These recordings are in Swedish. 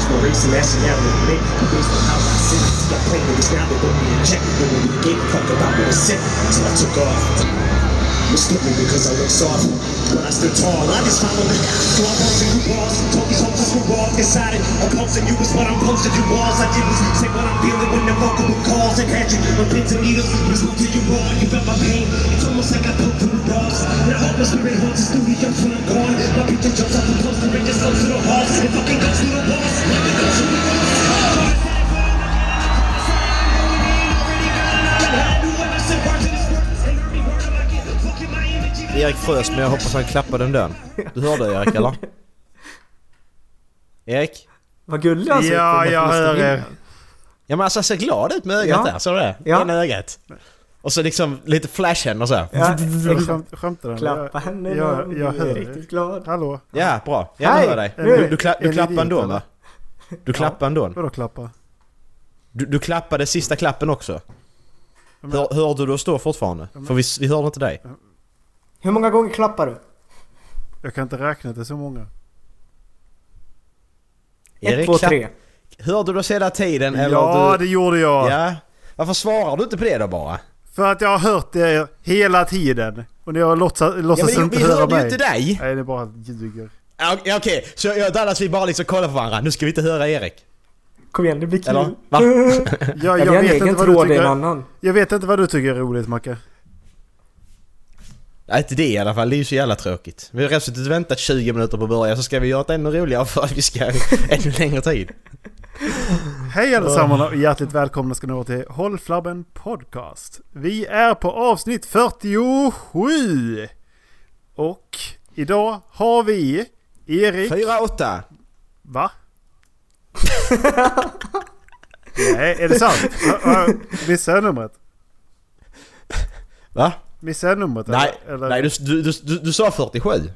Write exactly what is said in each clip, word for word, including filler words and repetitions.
no racing nationality. Based on how I sit, see, I played with this now, they put me in check. They really gave a fuck about what I said until I took off. Mistook me because I look soft, but I stood tall. I just followed it. So I'm posting you balls. Told these hoes to screw off. Decided I'm posting you is what I'm posting you walls. I didn't say what I'm feeling when the vocal with calls and had you on pins and needles. You spoke to you raw. You felt my pain. It's almost like I poked through the bars. And I hope my spirit haunts the studio when I'm gone. My picture jumps off the poster and just goes to the halls. It fucking goes to the walls. It goes to the walls. Erik frös, men jag hoppas han klappade den dörren. Du hörde Erik, eller? Erik? Vad gullig han. Ja, jag hör er. Ja, men alltså jag ser glad ut med ögat Ja. där, så det? Ja. Ena ögat. Och så liksom lite flashen och så. Ja, Skämt, skämtar den? klappa henne. Jag, jag hör är er. riktigt glad. Hallå? Ja, bra. Jag Hej. hör dig. Nu- Du, du, kla, du en klappar idiot, ändå, eller? va? Du klappar ändå. Vadå klappa? Du, du klappade sista klappen också. Men- Hör, hörde du oss då fortfarande? För vi, vi hörde inte dig. Hur många gånger klappar du? Jag kan inte räkna till så många. Ett, Erik, två, klapp- tre. Hörde du oss hela tiden? Eller Ja, du... det gjorde jag. Ja. Varför svarar du inte på det då bara? För att jag har hört det hela tiden. Och ni har låtsas, Ja, låtsas men inte vi höra hörde ju mig. inte dig. Nej, det är bara ljuger. Ja, okej, okay. Så jag och Dallas vi bara liksom kollar på varandra. Nu ska vi inte höra Erik. Kom igen, det blir kul. Eller? Va? Ja, Jag, jag, jag vet egen inte vad du tråd i en tycker, annan. jag vet inte vad du tycker är roligt, Macke. Nej, inte det i alla fall. Det är ju så jävla tråkigt. Vi har redan väntat tjugo minuter på början, så ska vi göra det ännu roligare för att vi ska ännu längre tid. Hej allesammans och hjärtligt välkomna ska ni vara till Håll Flabben Podcast. Vi är på avsnitt fyrtiosju. Och idag har vi Erik... fyra åtta. Va? Nej, är det sant? Missar jag numret? Va? Missar jag numret? Nej, eller? nej du, du, du, du sa fyrtiosju.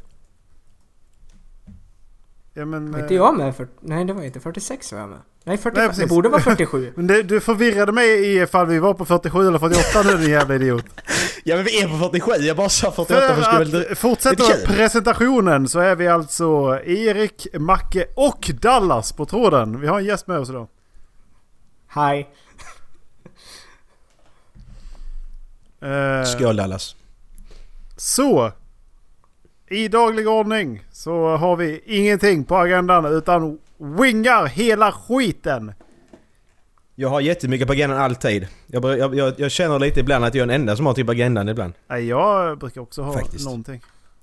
Ja, men, Var inte jag med? För... Nej, det var inte. fyrtiosex var jag med. Nej, fyrtiofem. Nej, precis. Det borde vara fyrtiosju. Men det, du förvirrade mig i ifall vi var på fyrtiosju eller fyrtioåtta nu, din jävla idiot. Ja, men vi är på fyrtiosju. Jag bara sa fyrtioåtta för För skulle att väl... fortsätta lite kul. presentationen så är vi alltså Erik, Macke och Dallas på tråden. Vi har en gäst med oss idag. Hej. Eh, Skål Dallas. Så, i daglig ordning så har vi ingenting på agendan utan wingar hela skiten. Jag har jättemycket på agendan alltid. Jag, jag, jag, jag känner lite ibland att jag är den enda som har typ agendan ibland. Nej, jag brukar också ha Faktiskt. någonting.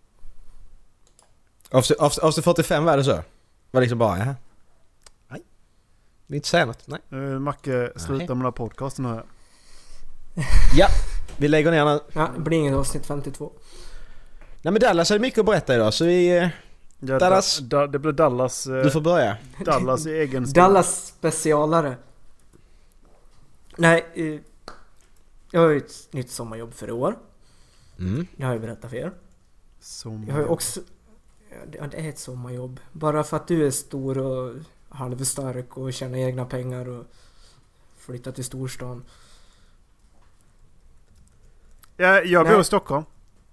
Avsnitt av, av fyrtiofem var det så. Var liksom bara, ja. Nej. Vi inte säga något, nej. Nu Macke slutar med den här podcasten här. Ja, vi lägger ner nu. Ja, det blir inget avsnitt femtiotvå. Nej, men Dallas har mycket att berätta idag, så vi... eh, Ja, Dallas. Da, da, det blir Dallas, eh, Du får börja. Dallas i egen stil. Dallas specialare. Nej, eh, jag har ju ett nytt sommarjobb för i år. Mm. Jag har ju berättat för er. Som... Jag har ju också... Ja, det är ett sommarjobb. Bara för att du är stor och halvstark och tjänar egna pengar och flyttar till storstan. Ja, jag bor Nej. i Stockholm.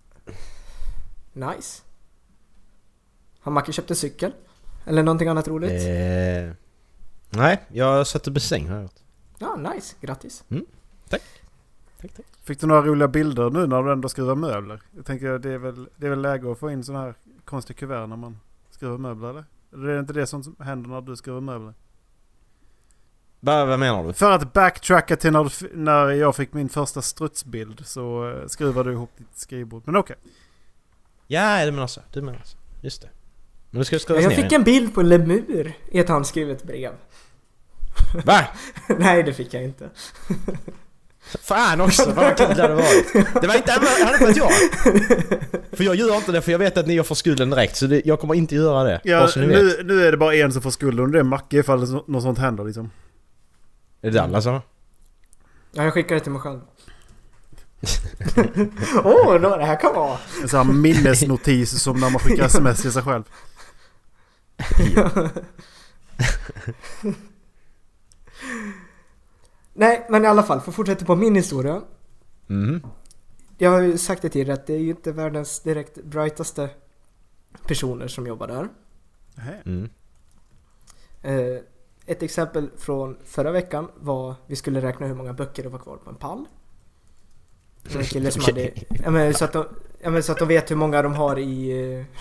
Nice. Har Macke köpt en cykel? Eller någonting annat roligt? Eh, nej, jag satte bassäng har jag gjort. Ja, nice. Grattis. Tack, tack. Fick du några roliga bilder nu när du ändå skruvar möbler? Jag tänker det är väl, det är väl läge att få in sådana här konstiga kuvert när man skruvar möbler, eller? Eller är det inte det som händer när du skruvar möbler? Va, vad menar du? För att backtracka till när, du, när jag fick min första strutsbild så uh, skruvade du ihop ditt skrivbord. Men okej. Okay. Ja, du menar så. Du menar så. Just det. Men du ska Ja, skrivas jag ner fick igen. en bild på en lemur i ett handskrivet brev. Va? Nej, det fick jag inte. Fan också, vad kul det hade varit. Det var inte hade varit jag. För jag gör inte det, för jag vet att ni har fått skulden direkt. Så det, jag kommer inte göra det. Ja, bara så ni nu, vet. nu är det bara en som får skulden och det är Macke ifall det, något sånt händer liksom. Är det Dallas eller? Ja, jag skickar det till mig själv. Åh, oh, det här kan vara. En sån här minnesnotis som när man skickar sms till sig själv. Nej, men i alla fall, för att fortsätta på min historia. Mm. Jag har ju sagt det tidigare att det är ju inte världens direkt brightaste personer som jobbar där. Nähä. Mm. Eh, ett exempel från förra veckan var vi skulle räkna hur många böcker det var kvar på en pall. En kille som hade, ja, men, så, att de, ja, men, så att de vet hur många de har i,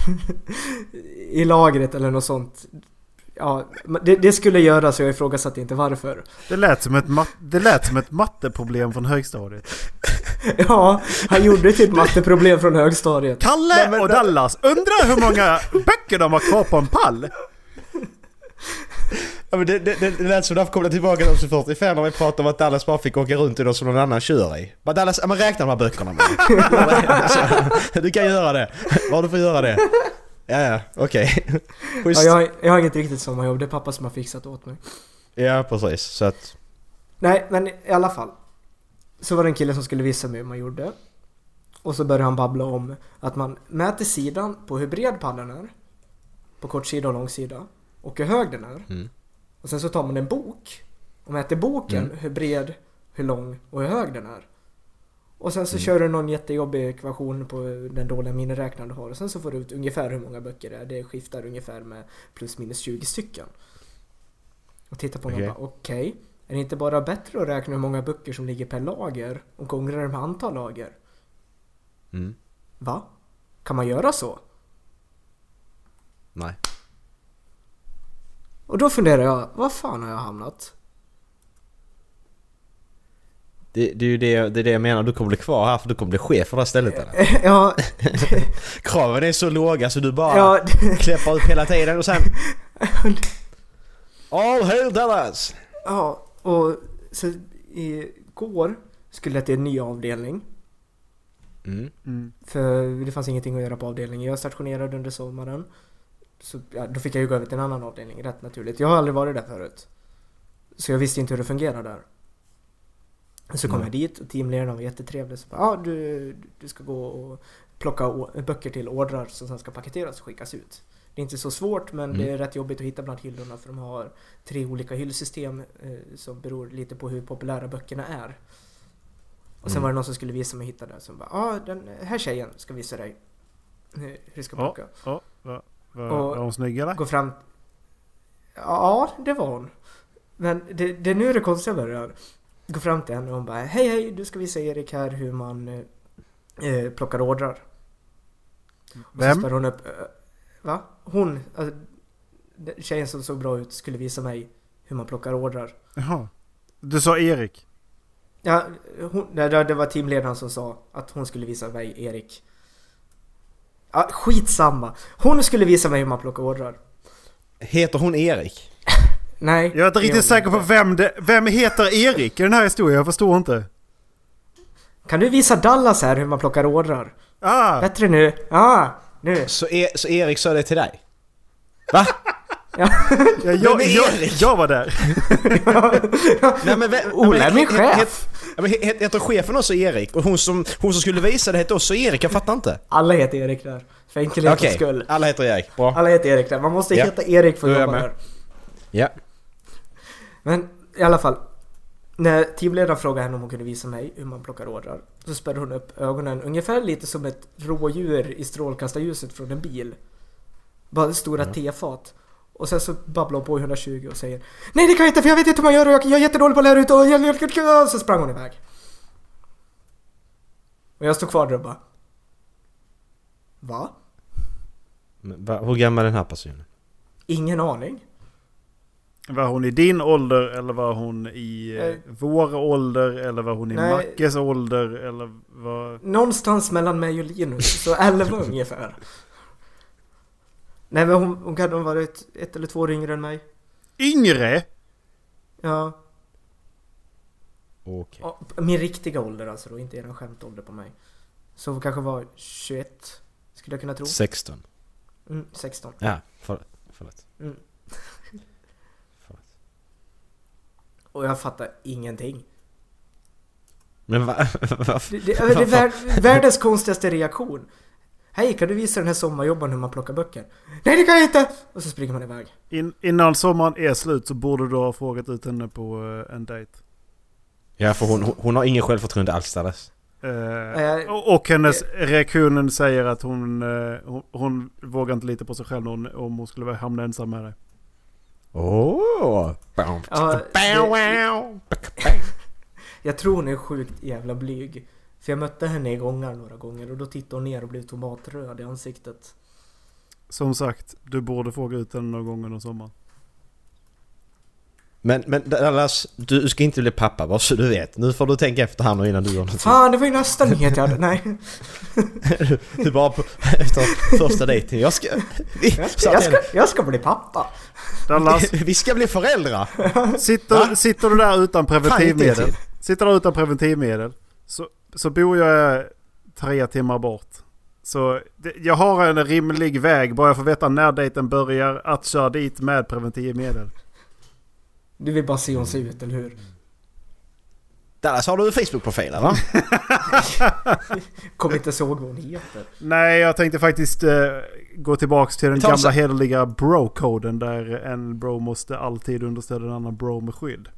i lagret eller något sånt. Ja, det, det skulle göra så jag ifrågasatte inte varför. Det lät som ett, mat- det lät som ett matteproblem från högstadiet. Ja, han gjorde det till ett matteproblem från högstadiet. Kalle Nej, men, och Dallas undrar hur många böcker de har kvar på en pall. Ja, men det, det, det lät som att komma tillbaka till avsnitt fyrtiofem när vi pratade om att Dallas bara fick åka runt i dem som någon annan kör i. Bara Dallas, ja, men räkna de här böckerna med. Du kan göra det. Vad du får göra det. Ja, ja, okej. Okay. Ja, jag, har, jag har inget riktigt sommarjobb. Det är pappa som har fixat åt mig. Ja, precis. Så att... Nej, men i alla fall. Så var det en kille som skulle visa mig hur man gjorde. Och så började han babbla om att man mäter sidan på hur bred pallen är. På kort sida och lång sida. Och hur hög den är. Mm. Och sen så tar man en bok. Och mäter boken mm. hur bred, hur lång och hur hög den är. Och sen så mm. kör du någon jättejobbig ekvation på den dåliga miniräknaren du har. Och sen så får du ut ungefär hur många böcker det är. Det skiftar ungefär med plus minus tjugo stycken. Och titta på okay. någon bara, okej. Okay, är det inte bara bättre att räkna hur många böcker som ligger per lager och gångra det med antal lager? Mm. Va? Kan man göra så? Nej. Och då funderar jag, vad fan har jag hamnat? Det, det är ju det, det är det jag menar, du kommer bli kvar här för du kommer bli chef för det här stället eller? Ja. Kraven är så låga så du bara ja, det... kläppar upp hela tiden och sen... All hail Dallas! Ja, och så igår skulle jag till en ny avdelning. Mm. Mm. För det fanns ingenting att göra på avdelningen. Jag stationerade under sommaren. Så ja, då fick jag ju gå över till en annan avdelning, rätt naturligt. Jag har aldrig varit där förut. Så jag visste inte hur det fungerar där. Så kom mm. jag dit och teamledaren var jättetrevlig. Så bara, ah, du, du ska gå och plocka å- böcker till ordrar som sen ska paketeras och skickas ut. Det är inte så svårt, men mm. det är rätt jobbigt att hitta bland hyllorna för de har tre olika hyllsystem eh, som beror lite på hur populära böckerna är. Och sen mm. var det någon som skulle visa mig hitta det. Som bara, ja ah, den här tjejen ska visa dig hur du ska plocka. Oh, oh, va, va, var hon snygg eller? Gå fram... Ja, det var hon. Men det, det är nu det konstiga börjar. Gå fram till henne och hon bara, hej hej, du ska visa Erik här hur man eh, plockar ordrar. Vem? Och så spär hon upp... Eh, va? Hon, alltså, tjejen som såg bra ut skulle visa mig hur man plockar ordrar. Jaha. Du sa Erik? Ja, hon, det, det var teamledaren som sa att hon skulle visa mig Erik. Ja, skitsamma. Hon skulle visa mig hur man plockar ordrar. Heter hon Erik? Nej. Jag är inte riktigt säker på vem det, vem heter Erik i den här historien. Jag förstår inte. Kan du visa Dallas här hur man plockar ordrar? Ah. Bättre nu. Ah, nu. Så, e- så Erik sa det till dig? Va? Ja. Ja, jag, jag, jag var där. Nej, men, vem, Ola är min chef. Heter het, chefen också Erik? Och hon som, hon som skulle visa det heter också Erik, jag fattar inte. Alla heter Erik där. För enkelhetens okay. skull. Alla heter Erik, bra. Alla heter Erik där. Man måste ja. heta Erik för att jobba där. Ja. Men i alla fall. När teamledaren frågade henne om hon kunde visa mig hur man plockar ordrar. Så spärrade hon upp ögonen. Ungefär lite som ett rådjur i strålkastarljuset från en bil. Bara stora mm. tefat. Och sen så babblar hon på hundratjugo och säger, nej det kan jag inte för jag vet inte hur man gör och jag, jag är jättedålig på att lära ut och, jag, och så sprang hon iväg. Och jag stod kvar där och bara, va? Men, va? Hur gammal är den här personen? Ingen aning. Var hon i din ålder eller var hon i eh, vår ålder eller var hon i nej. Mackes ålder eller var... Någonstans mellan mig och Linus, så elva ungefär. Nej men hon, hon kan ha varit ett eller två år yngre än mig. Yngre? Ja. Okej. Okay. Min riktiga ålder alltså då, inte er skämtålder på mig. Så hon kanske var tjugoett, skulle jag kunna tro. sexton. Mm, sexton. Ja, för, förlåt. Mm. förlåt. Och jag fattar ingenting. Men va? va? Det, det, det är vär, världens konstigaste reaktion. Hej, kan du visa den här sommarjobban hur man plockar böcker? Nej, det kan jag inte! Och så springer man iväg. In, innan sommaren är slut så borde du ha frågat ut henne på uh, en dejt. Ja, för hon, hon har ingen självförtroende alls alls. Uh, uh, och, och hennes uh, reaktionen säger att hon, uh, hon, hon vågar inte lita på sig själv om, om hon skulle hamna ensam med dig. Åh! Oh. Ja, Bow, det, wow. jag tror hon är sjukt jävla blyg. För jag mötte henne i gångar några gånger och då tittade hon ner och blev tomatröd i ansiktet. Som sagt, du borde fråga ut den någon gång under sommaren. Men, men Dallas, du ska inte bli pappa, bara så du vet. Nu får du tänka efter här nu innan du gör något. Fan, det var ju nästa nyhet jag hade. Nej. du, du bara på, efter första dejten. Jag ska, vi, Jag ska, jag, ska, jag ska bli pappa. Dallas, vi ska bli föräldrar. sitter, sitter du där utan preventivmedel? Fan, inte Sitter du utan preventivmedel? Så, så bor jag tre timmar bort. Så det, jag har en rimlig väg, bara jag får veta när dejten börjar, att köra dit med preventivmedel. Du vill bara se hon ser ut, eller hur? Dallas, har du en Facebook-profil, va? Kommer inte så vad hon heter. Nej, jag tänkte faktiskt eh, gå tillbaks till den tar gamla så- hederliga bro-koden där en bro måste alltid understödja en annan bro med skydd.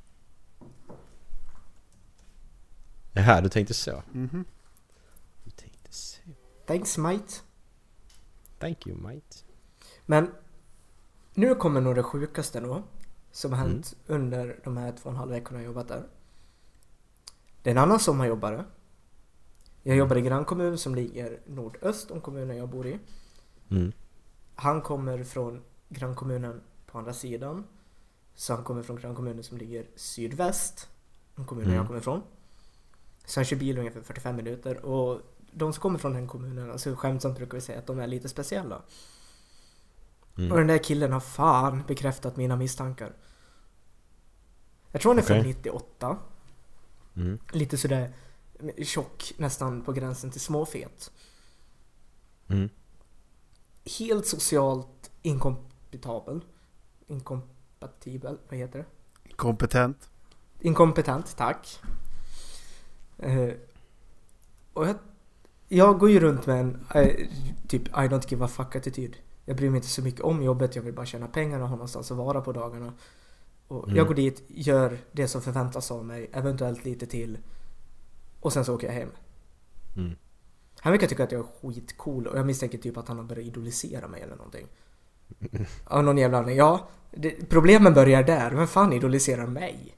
Jaha, du tänkte så. Mhm. Du tänkte så. Thanks mate. Thank you, mate. Men nu kommer nog det sjukaste då som har hänt under de här två och en halv veckorna jag jobbat där. Det är en annan sommarjobbare. Jag jobbar i grannkommun som ligger nordöst om kommunen jag bor i. Mm. Han kommer från grannkommunen på andra sidan. Så han kommer från grannkommunen som ligger sydväst om kommunen Mm. jag kommer ifrån. Så han kör bil ungefär fyrtiofem minuter. Och de som kommer från den kommunen, alltså skämtsamt brukar vi säga att de är lite speciella. Mm. Och den där killen har fan bekräftat mina misstankar. Jag tror han är Okej. från nittioåtta. Mm. Lite sådär tjock, nästan på gränsen till småfet. Mm. Helt socialt inkompetabel. Inkompatibel, vad heter det? Kompetent. Inkompetent, tack. Eh, och jag, jag går ju runt med en eh, typ I don't give a fuck-attityd. Jag bryr mig inte så mycket om jobbet, jag vill bara tjäna pengar och ha någonstans att vara på dagarna. Och Mm. jag går dit, gör det som förväntas av mig, eventuellt lite till. Och sen så åker jag hem. Mm. Han verkar tycka att jag är skitcool och jag misstänker typ att han har börjat idolisera mig eller någonting. Av någon jävla anledning. Ja, det, problemen börjar där. Vem fan idoliserar mig?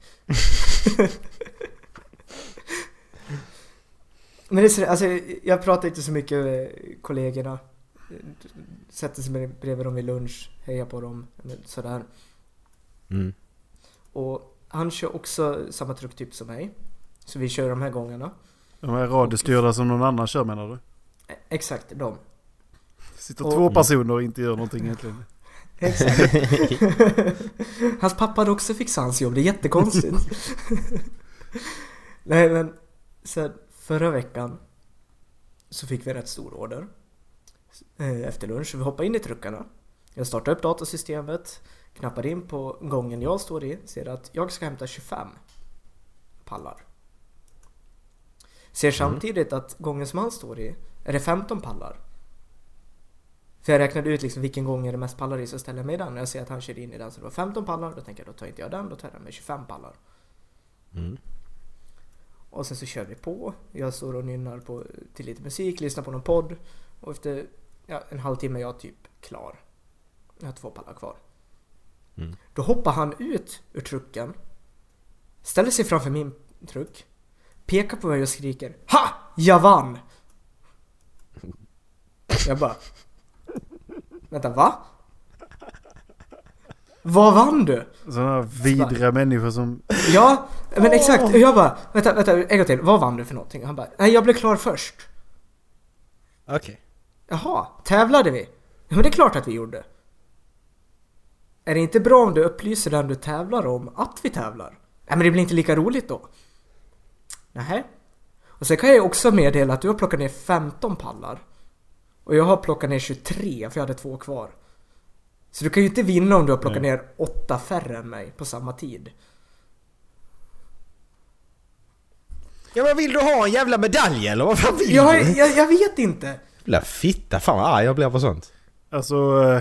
Men det är så, alltså, jag pratar inte så mycket med kollegorna. Sätter sig bredvid dem vid lunch, hejar på dem, sådär. Mm. Och han kör också samma trucktyp som mig. Så vi kör de här gångerna. De är radiostyrda som någon annan kör, menar du? Exakt, de. Det sitter Och- två personer och inte gör någonting egentligen. Exakt. Hans pappa hade också fixat hans jobb. Det är jättekonstigt. Nej, men så förra veckan så fick vi rätt stor order eh, efter lunch. Vi hoppade in i truckarna. Jag startar upp datasystemet, knappar in på gången jag står i, ser att jag ska hämta tjugofem pallar. Ser samtidigt att gången som han står i är det femton pallar. För jag räknade ut liksom vilken gång är det mest pallar i, så ställer jag mig i den och jag ser att han kör in i den så det var femton pallar. Då tänker jag, då tar inte jag den, då tar jag den med tjugofem pallar. Mm. Och sen så kör vi på. Jag står och nynnar på, till lite musik, lyssnar på någon podd. Och efter ja, en halvtimme är jag typ klar. Jag har två pallar kvar. Mm. Då hoppar han ut ur trucken. Ställer sig framför min truck. Pekar på mig och skriker: Ha! Jag vann! Jag bara: Vänta, va? Vad vann du? Sådana vidriga människor som... Ja, men exakt. Och jag bara, vänta, vänta, en gång till. Vad vann du för någonting? Han bara, nej, jag blev klar först. Okej. Jaha, tävlade vi? Ja, men det är klart att vi gjorde. Är det inte bra om du upplyser den du tävlar om att vi tävlar? Nej, men det blir inte lika roligt då. Nähä. Och sen kan jag också meddela att du har plockat ner femton pallar. Och jag har plockat ner tjugotre, för jag hade två kvar. Så du kan ju inte vinna om du har plockat Nej. ner åtta färre än mig på samma tid. Ja, men vill du ha en jävla medalj eller vad fan vill Jag, du? jag, jag vet inte. Jävla fitta, fan vad arg jag blir på sånt. Alltså... eh,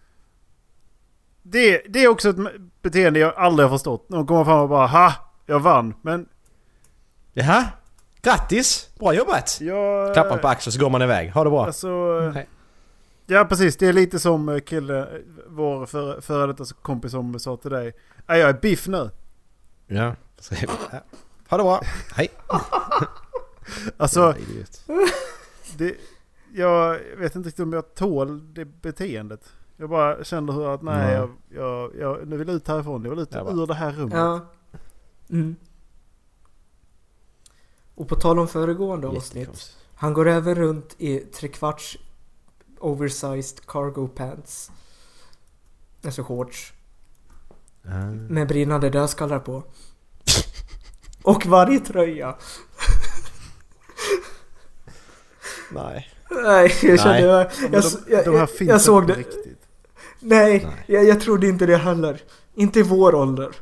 Det, det är också ett beteende jag aldrig har förstått. De kommer fram och bara, ha! Jag vann. Men Jaha, grattis, bra jobbat. jag... Klappar på axeln så går man iväg, ha det bra. Alltså... Nej. Ja, precis. Det är lite som kille, vår före för detta kompis som sa till dig. Jag är biff nu. Ja. Ha det bra. Hej. Alltså, det, jag vet inte riktigt om jag tål det beteendet. Jag bara kände hur att nej, jag, jag, jag nu vill ut härifrån. Jag vill ut jag ur det här rummet. Ja. Mm. Och på tal om föregående avsnitt. Han går även runt i trekvarts oversized cargo pants. Alltså shorts. Mm. Med brinnande dödskallar på. Och varje tröja. Nej. Nej, jag kände... Jag, jag, jag, jag, de här finns jag såg det. Riktigt. Nej, Nej. Jag, jag trodde inte det heller. Inte i vår ålder.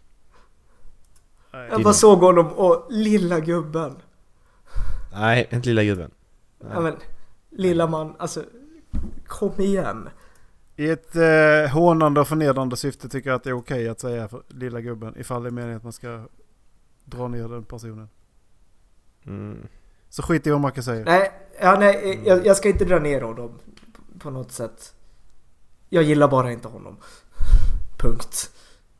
Nej. Jag bara såg honom och lilla gubben. Nej, inte lilla gubben. Nej. Ja, men lilla man, alltså kom igen. I ett eh, hånande och förnedrande syfte tycker jag att det är okej att säga för lilla gubben ifall det är meningen att man ska dra ner den personen. Mm. Så skit i vad man kan säga. Nej, ja, nej jag, jag ska inte dra ner honom på något sätt. Jag gillar bara inte honom. Punkt.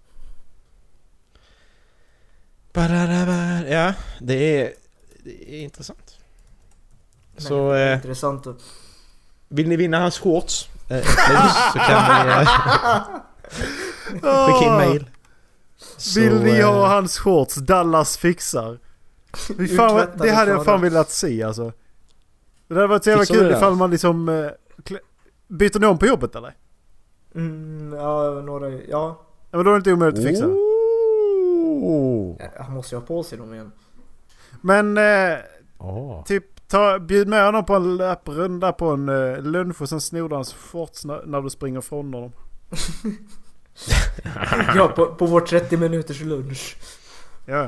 Ja, det är, det är intressant. Nej, så det är eh, intressant. Och... Vill ni vinna hans shorts? Eh, så kan ni eh, skicka in mail. Så, vill ni eh, ha hans shorts? Dallas fixar. Fan, det hade jag fan velat se alltså. Det hade varit så jävla kul ifall man liksom eh, klä... byter ni om på jobbet eller? Mm, ja, några, ja. Ja, men då är det inte omöjligt att fixa. Oh. Han måste ju ha på sig dem igen. Men eh, oh. typ ta, bjud med honom på en löprunda på en eh, lunch och sen snor hans shorts när, när du springer från honom. Ja, på, på vår trettio minuters lunch. Ja.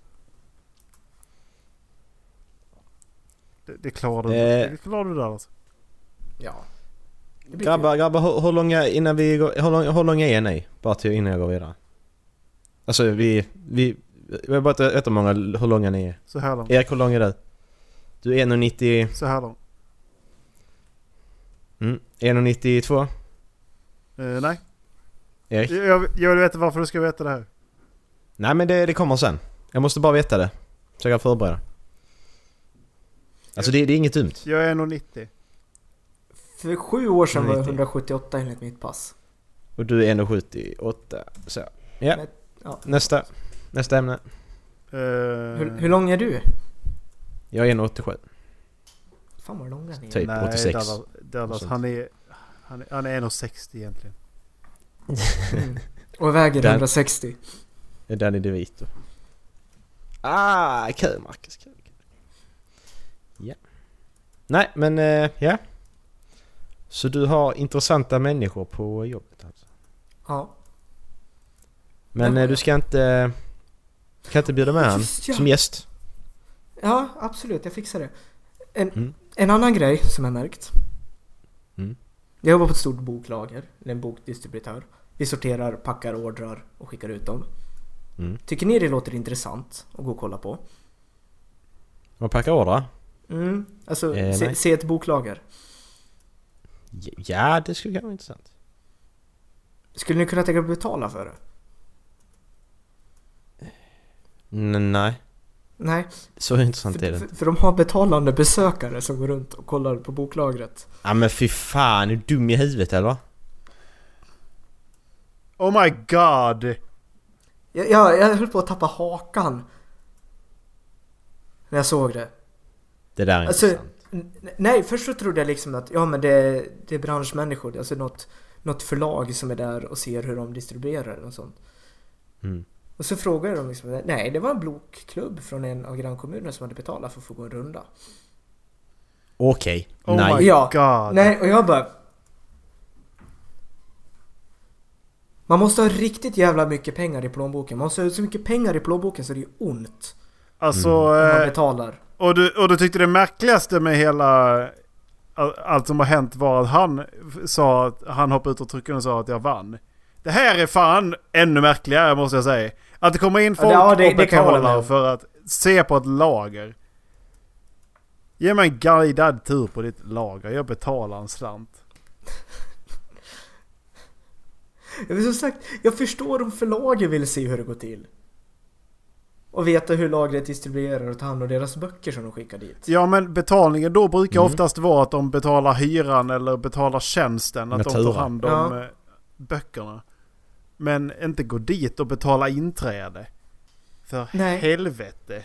Det, det klarar du. Eh. Det klarar du där alltså. Ja. Grabbar, grabbar, hur, hur långa innan vi går, hur långa, hur långa är ni? Bara till innan jag går vidare. Alltså vi vi jag vill bara veta många hur långa ni är. Så här långt. Erik, hur lång är du? Du är en komma nittio. Så här långt. Mm, en komma nittiotvå. Uh, nej. Erik. Jag, jag vill veta varför du ska veta det här. Nej, men det, det kommer sen. Jag måste bara veta det. Så jag kan förbereda. Alltså det, det är inget dumt. Jag är en komma nittio. För sju år sedan var jag hundrasjuttioåtta enligt mitt pass. Och du är en komma sjuttioåtta. Så. Ja. Men, ja. Nästa. Nästa ämne. Uh, hur, hur lång är du? Jag är en komma åttiosju. Fan vad långa ni är. Typ nej, åttiosex. Dallas, Dallas, han är han är, han är en komma sextio egentligen. Mm. Och väger Den, hundrasextio. Det är Danny DeVito. Ah, kul Marcus. Kul. Ja. Nej, men uh, ja. Så du har intressanta människor på jobbet alltså? Ja. Men ja. du ska inte kan inte bjuda med han ja. som gäst? Ja, absolut. Jag fixar det. En, mm. en annan grej som jag märkt. Mm. Jag jobbar på ett stort boklager. En bokdistributör. Vi sorterar, packar, ordrar och skickar ut dem. Mm. Tycker ni det låter intressant att gå och kolla på? Man packar ordrar? Mm. Alltså, eh, se, se ett boklager. Ja, det skulle vara intressant. Skulle ni kunna tänka att betala för det? N- nej. Nej. Så intressant för, är det för, för de har betalande besökare som går runt och kollar på boklagret. Ja men fy fan, är du dum i huvudet eller? Oh my god. Jag, jag, jag höll på att tappa hakan när jag såg det. Det där är alltså, intressant. N- nej, först så trodde jag liksom att ja men det, det är branschmänniskor. Alltså något, något förlag som är där och ser hur de distribuerar och sånt. Mm. Och så frågade de liksom, nej det var en bokklubb från en av grannkommunerna som hade betalat för att få gå en runda. Okej, okay. nej. Oh my ja, god. Nej, och jag bara... Man måste ha riktigt jävla mycket pengar i plånboken. Man måste ha så mycket pengar i plånboken så det är ont. Alltså... Mm. Om man Eh, betalar. och, du, och du tyckte det märkligaste med hela... All, allt som har hänt var att han sa att han hoppade ut och tryckte och sa att jag vann. Det här är fan ännu märkligare måste jag säga. Att det kommer in folk ja, det, och det kan jag hålla betalar med. för att se på ett lager. Ge mig en guidad tur på ditt lager. Jag betalar en slant. Jag vill som sagt, jag förstår om förlagen vill se hur det går till. Och veta hur lagret distribuerar och tar hand om deras böcker som de skickar dit. Ja, men betalningen då brukar Mm. oftast vara att de betalar hyran eller betalar tjänsten. Att Natura. de tar hand om Ja. eh, böckerna. Men inte gå dit och betala inträde. För Nej. helvete.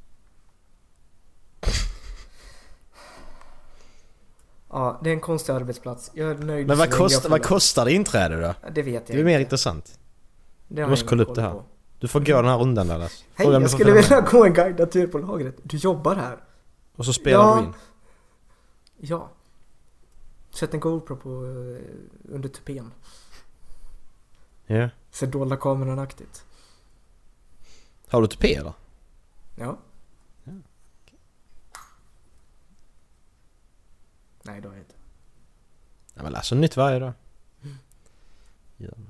Ja, det är en konstig arbetsplats. Jag är nöjd. Men så vad, länge kost, jag får vad lön. kostar det inträde då? Ja, det vet jag Det är mer inte. intressant. Det Du har måste jag kolla ingen upp det koll här. på. Du får gå den här rundan Dallas. Hej, Fråga om jag du får skulle följa med. vilja gå en guidad tur på lagret. Du jobbar här. Och så spelar Ja. du in. Ja. Sätt en GoPro på eh, under tupén. Ja. Ser dolda kameran-aktigt. Har du tupé eller? Ja. Ja, Nej, det har jag inte. Ja, men läs nytt varje dag. Gör det.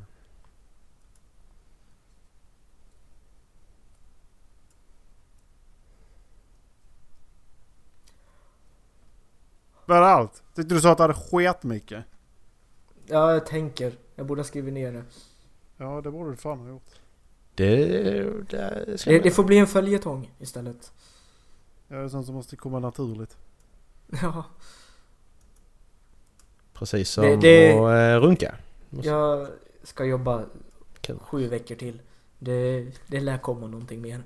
Var det allt? Tyckte du sa att du hade skit mycket? Ja, jag tänker. Jag borde ha skrivit ner det. Ja, det borde du fan ha gjort. Det, det, ska Det, man- det får bli en följetong istället. Ja, det är sånt som måste komma naturligt. Ja. Precis som Det- det- och, eh, runka. Jag ska jobba Kul. sju veckor till. Det, det lär komma någonting mer.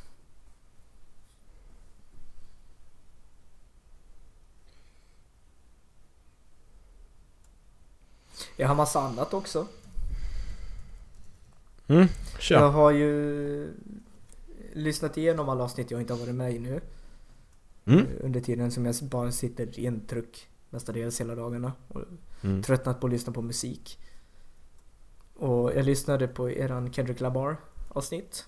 Jag har massa annat också. Mm, kör. Jag har ju lyssnat igenom alla avsnitt jag inte har varit med i nu. Mm. Under tiden som jag bara sitter i en truck mestadels hela dagarna. Och Mm. tröttnat på att lyssna på musik. Och jag lyssnade på eran Kendrick Lamar avsnitt.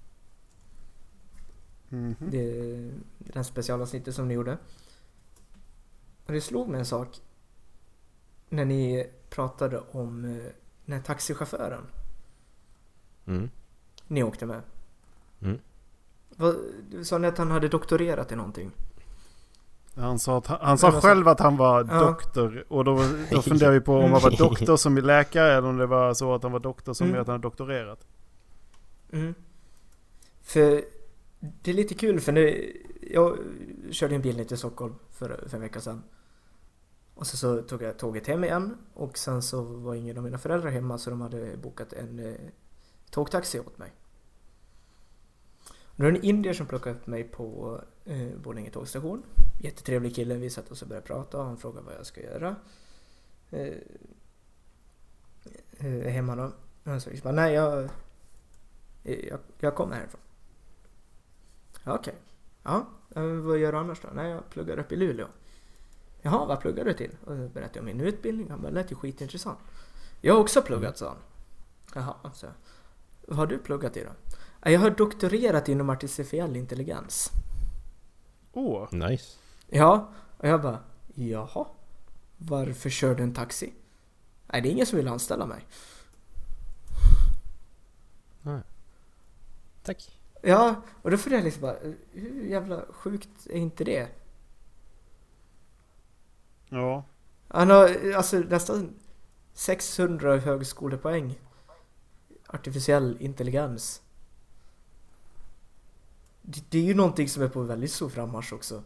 Mhm. Det, den specialavsnittet som ni gjorde. Och det slog mig en sak. När ni pratade om eh, den här taxichauffören Mm. ni åkte med. Mm. Vad, sa ni att han hade doktorerat i någonting? Han sa, att, han, han sa Men alltså- själv att han var Ja. doktor. Och då, då funderar vi på om han var doktor som är läkare eller om det var så att han var doktor som Mm. är att han har doktorerat. Mm. För det är lite kul för nu, jag körde en bil ner till Stockholm för, för en vecka sedan. Och så, så tog jag tåget hem igen och sen så var ingen av mina föräldrar hemma så de hade bokat en eh, tågtaxi åt mig. Då är det en indier som plockade upp mig på eh, Borlänge tågstation. Jättetrevlig kille, vi satt och så började prata och han frågade vad jag ska göra. Eh, eh, hemma då. Och han sa liksom, nej jag, jag, jag kommer härifrån. Ja, okej. Ja, eh, vad gör du annars då? Nej, jag pluggar upp i Luleå. Jaha, vad pluggar du till? Och så berättade jag om min utbildning. Han bara, lät ju skitintressant. Jag har också pluggat, sa han. Jaha, så. Vad har du pluggat i då? "Ja, jag har doktorerat inom artificiell intelligens. Åh, Nice. Ja, och jag bara, jaha. Varför kör du en taxi? Nej, det är ingen som vill anställa mig. Nej. Tack. Ja, och då får jag liksom bara, hur jävla sjukt är inte det? ja. Han har alltså nästan sexhundra högskolepoäng. Artificiell intelligens. Det, det är ju någonting som är på väldigt stor frammarsch också.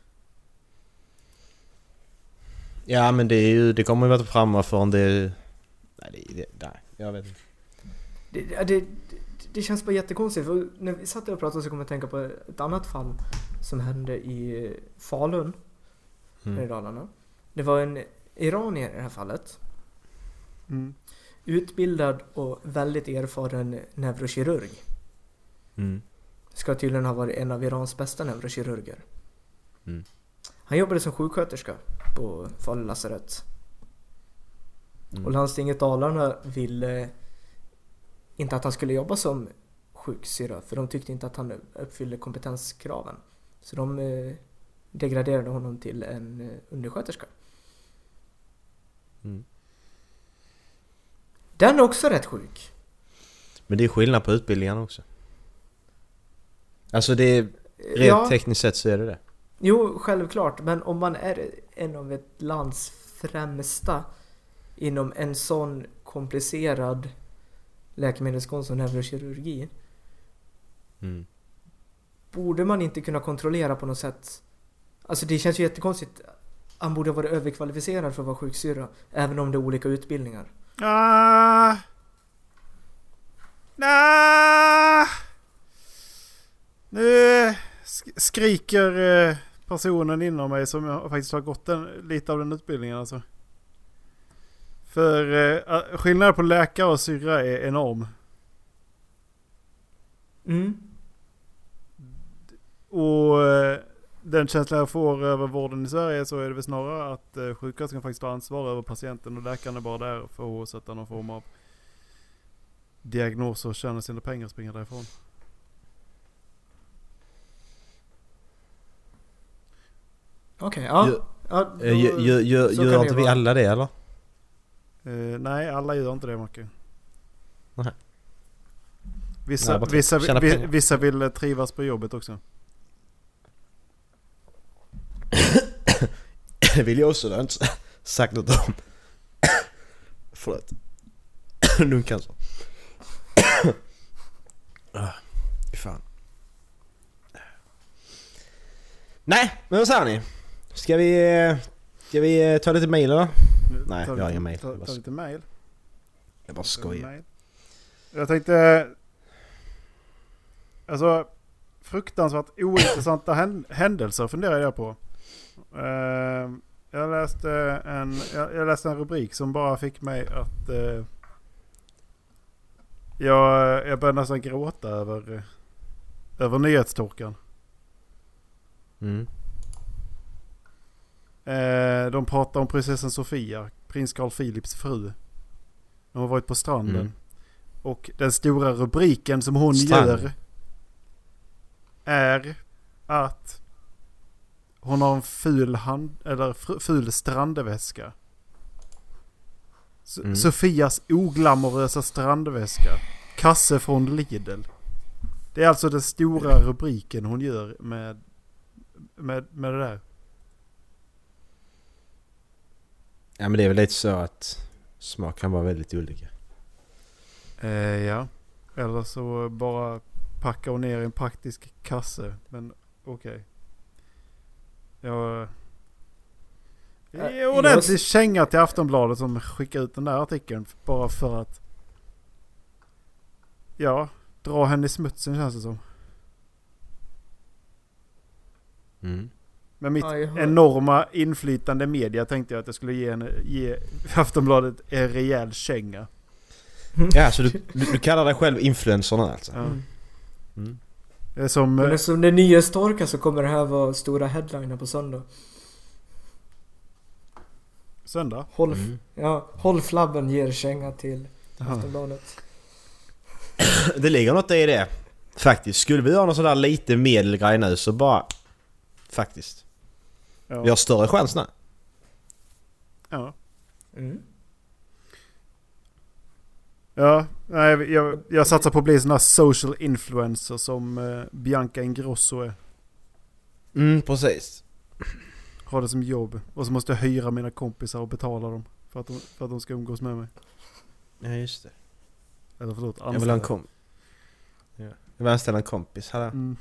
Ja men det är ju, det kommer ju vara framme förrän det... Nej, det, det, nej, jag vet inte. Det, det, det, det känns bara jättekonstigt. För när vi satt och pratade så kom jag att tänka på ett annat fall som hände i Falun. Mm. I Dalarna. Det var en iranier i det här fallet. Mm. Utbildad och väldigt erfaren neurokirurg. Mm. Ska tydligen ha varit en av Irans bästa neurokirurger. Mm. Han jobbade som sjuksköterska på Falu lasarett. Mm. Och landstinget Dalarna ville inte att han skulle jobba som sjuksyra. För de tyckte inte att han uppfyllde kompetenskraven. Så de eh, degraderade honom till en eh, undersköterska. Mm. Den är också rätt sjuk. Men det är skillnad på utbildningarna också. Alltså det är... Rent Ja, tekniskt sett så är det det. jo, självklart. Men om man är en av ett lands främsta inom en sån komplicerad läkemedelskonst som neurokirurgi. Mm. Borde man inte kunna kontrollera på något sätt? Alltså det känns ju jättekonstigt. Han borde vara överkvalificerad för att vara sjuksyrra, även om det är olika utbildningar. Ah. Nah. Nu sk- skriker eh, personen inom mig som jag faktiskt har gått en, lite av den utbildningen alltså. För eh, skillnaden på läkare och syrra är enorm. Mm. Och eh, den känslan jag får över vården i Sverige så är det väl snarare att eh, sjuksköterskan faktiskt har ansvar över patienten och läkaren är bara där för att sätta någon form av diagnos och tjäna sina pengar och springa därifrån. Okej, okay, ja. Gör, ja då, gör, gör, gör, gör inte vi vara. alla det eller? Uh, nej, alla gör inte det, Marke. Nej. Vissa, nej, vissa, vi, vissa vill trivas på jobbet också. Det vill jag också, det har jag inte sagt något om. Förlåt. Lungcancer. ah, fan. Nej, men vad säger ni? Ska vi, ska vi ta lite mail eller? Nu, Nej, jag har inga mail. Ta, ta lite mail. Jag bara skojar. Jag tänkte... Alltså, fruktansvärt ointressanta händelser funderar jag på. Uh, jag läste en jag, jag läste en rubrik som bara fick mig att uh, jag, jag började nästan gråta över uh, över nyhetstorkan. Mm. Uh, de pratar om prinsessan Sofia, prins Carl Philips fru. De har varit på stranden. Mm. Och den stora rubriken som hon Strand. gör är att hon har en ful hand eller ful strandväska. S- mm. Sofias oglamorösa strandväska. Kasse från Lidl. Det är alltså den stora rubriken hon gör med med med det där. Ja, men det är väl lite så att smak kan vara väldigt olika. Eh, ja. Eller så bara packa hon ner i en praktisk kasse. Men okej. Okay. Jag... Det är ordentligt känga till Aftonbladet som skickar ut den där artikeln bara för att ja, dra henne i smutsen känns det som. Mm. Med mitt enorma inflytande media tänkte jag att jag skulle ge, henne, ge Aftonbladet en rejäl känga. Ja, så du, du, du kallar dig själv influencerna alltså? Ja. Mm. Mm. Det är som... Men eftersom det nya storkar så kommer det här vara stora headliner på söndag. Söndag? Håll, mm. ja, håll flabben ger känga till Aftonbladet. Det ligger något i det. Faktiskt. Skulle vi ha någon sån där lite medelgrej nu så bara... Faktiskt. Ja. Vi har större chans nu. Ja. Mm. Ja, nej, jag, jag satsar på att bli sån här social influencer som eh, Bianca Ingrosso är. Mm, precis. Har det som jobb. Och så måste jag hyra mina kompisar och betala dem för att de, för att de ska umgås med mig. Ja, just det. Eller förlåt, anställa. Jag vill ha en kom... Ja. Jag vill anställa en kompis här. Mm.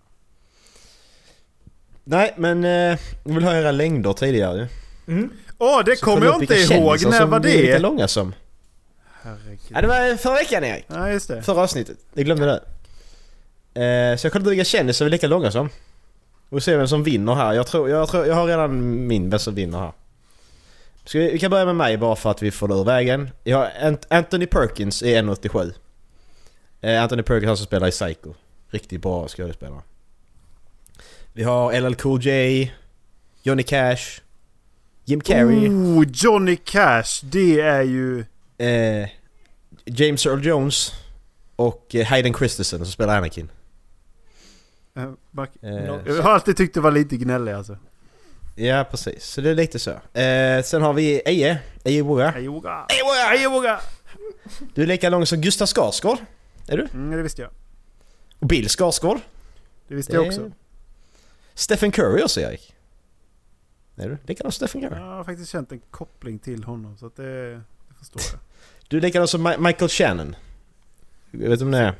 Nej, men eh, jag vill ha era längder tidigare. Mm. Åh, oh, det kommer jag inte ihåg. När var det? Är lite långa som. Herregud. Ja, det var förra veckan, Erik. Ja, just det. Förra avsnittet. Jag glömde det. Eh, så jag kollade vilka kändisar är lika långa som. Och se vem som vinner här. Jag tror, jag tror, jag har redan min bästa vinner här. Ska vi, vi kan börja med mig bara för att vi får det ur vägen. Jag har Ant- Anthony Perkins är en åttiosju. Eh, Anthony Perkins som spelar i Psycho. Riktigt bra skådespelare. Vi har L L Cool J, Johnny Cash, Jim Carrey. Oh, Johnny Cash, det är ju... Eh, James Earl Jones och eh, Hayden Christensen som spelar Anakin. Uh, Mark, eh, jag har alltid tyckt det var lite gnällig alltså. Ja, precis. Så det är lite så. Eh, sen har vi Eje. Eje Boga. Eje Boga. Eje Boga. Du är lika lång som Gustav Skarsgård. Är du? Mm, det visste jag. Och Bill Skarsgård. Det visste det... jag också. Stephen Curry också, Erik. Är du? Likadant som Stephen Curry. Jag har faktiskt känt en koppling till honom, så att det, det förstår jag. Du är likadant som Ma- Michael Shannon. Jag vet om det är.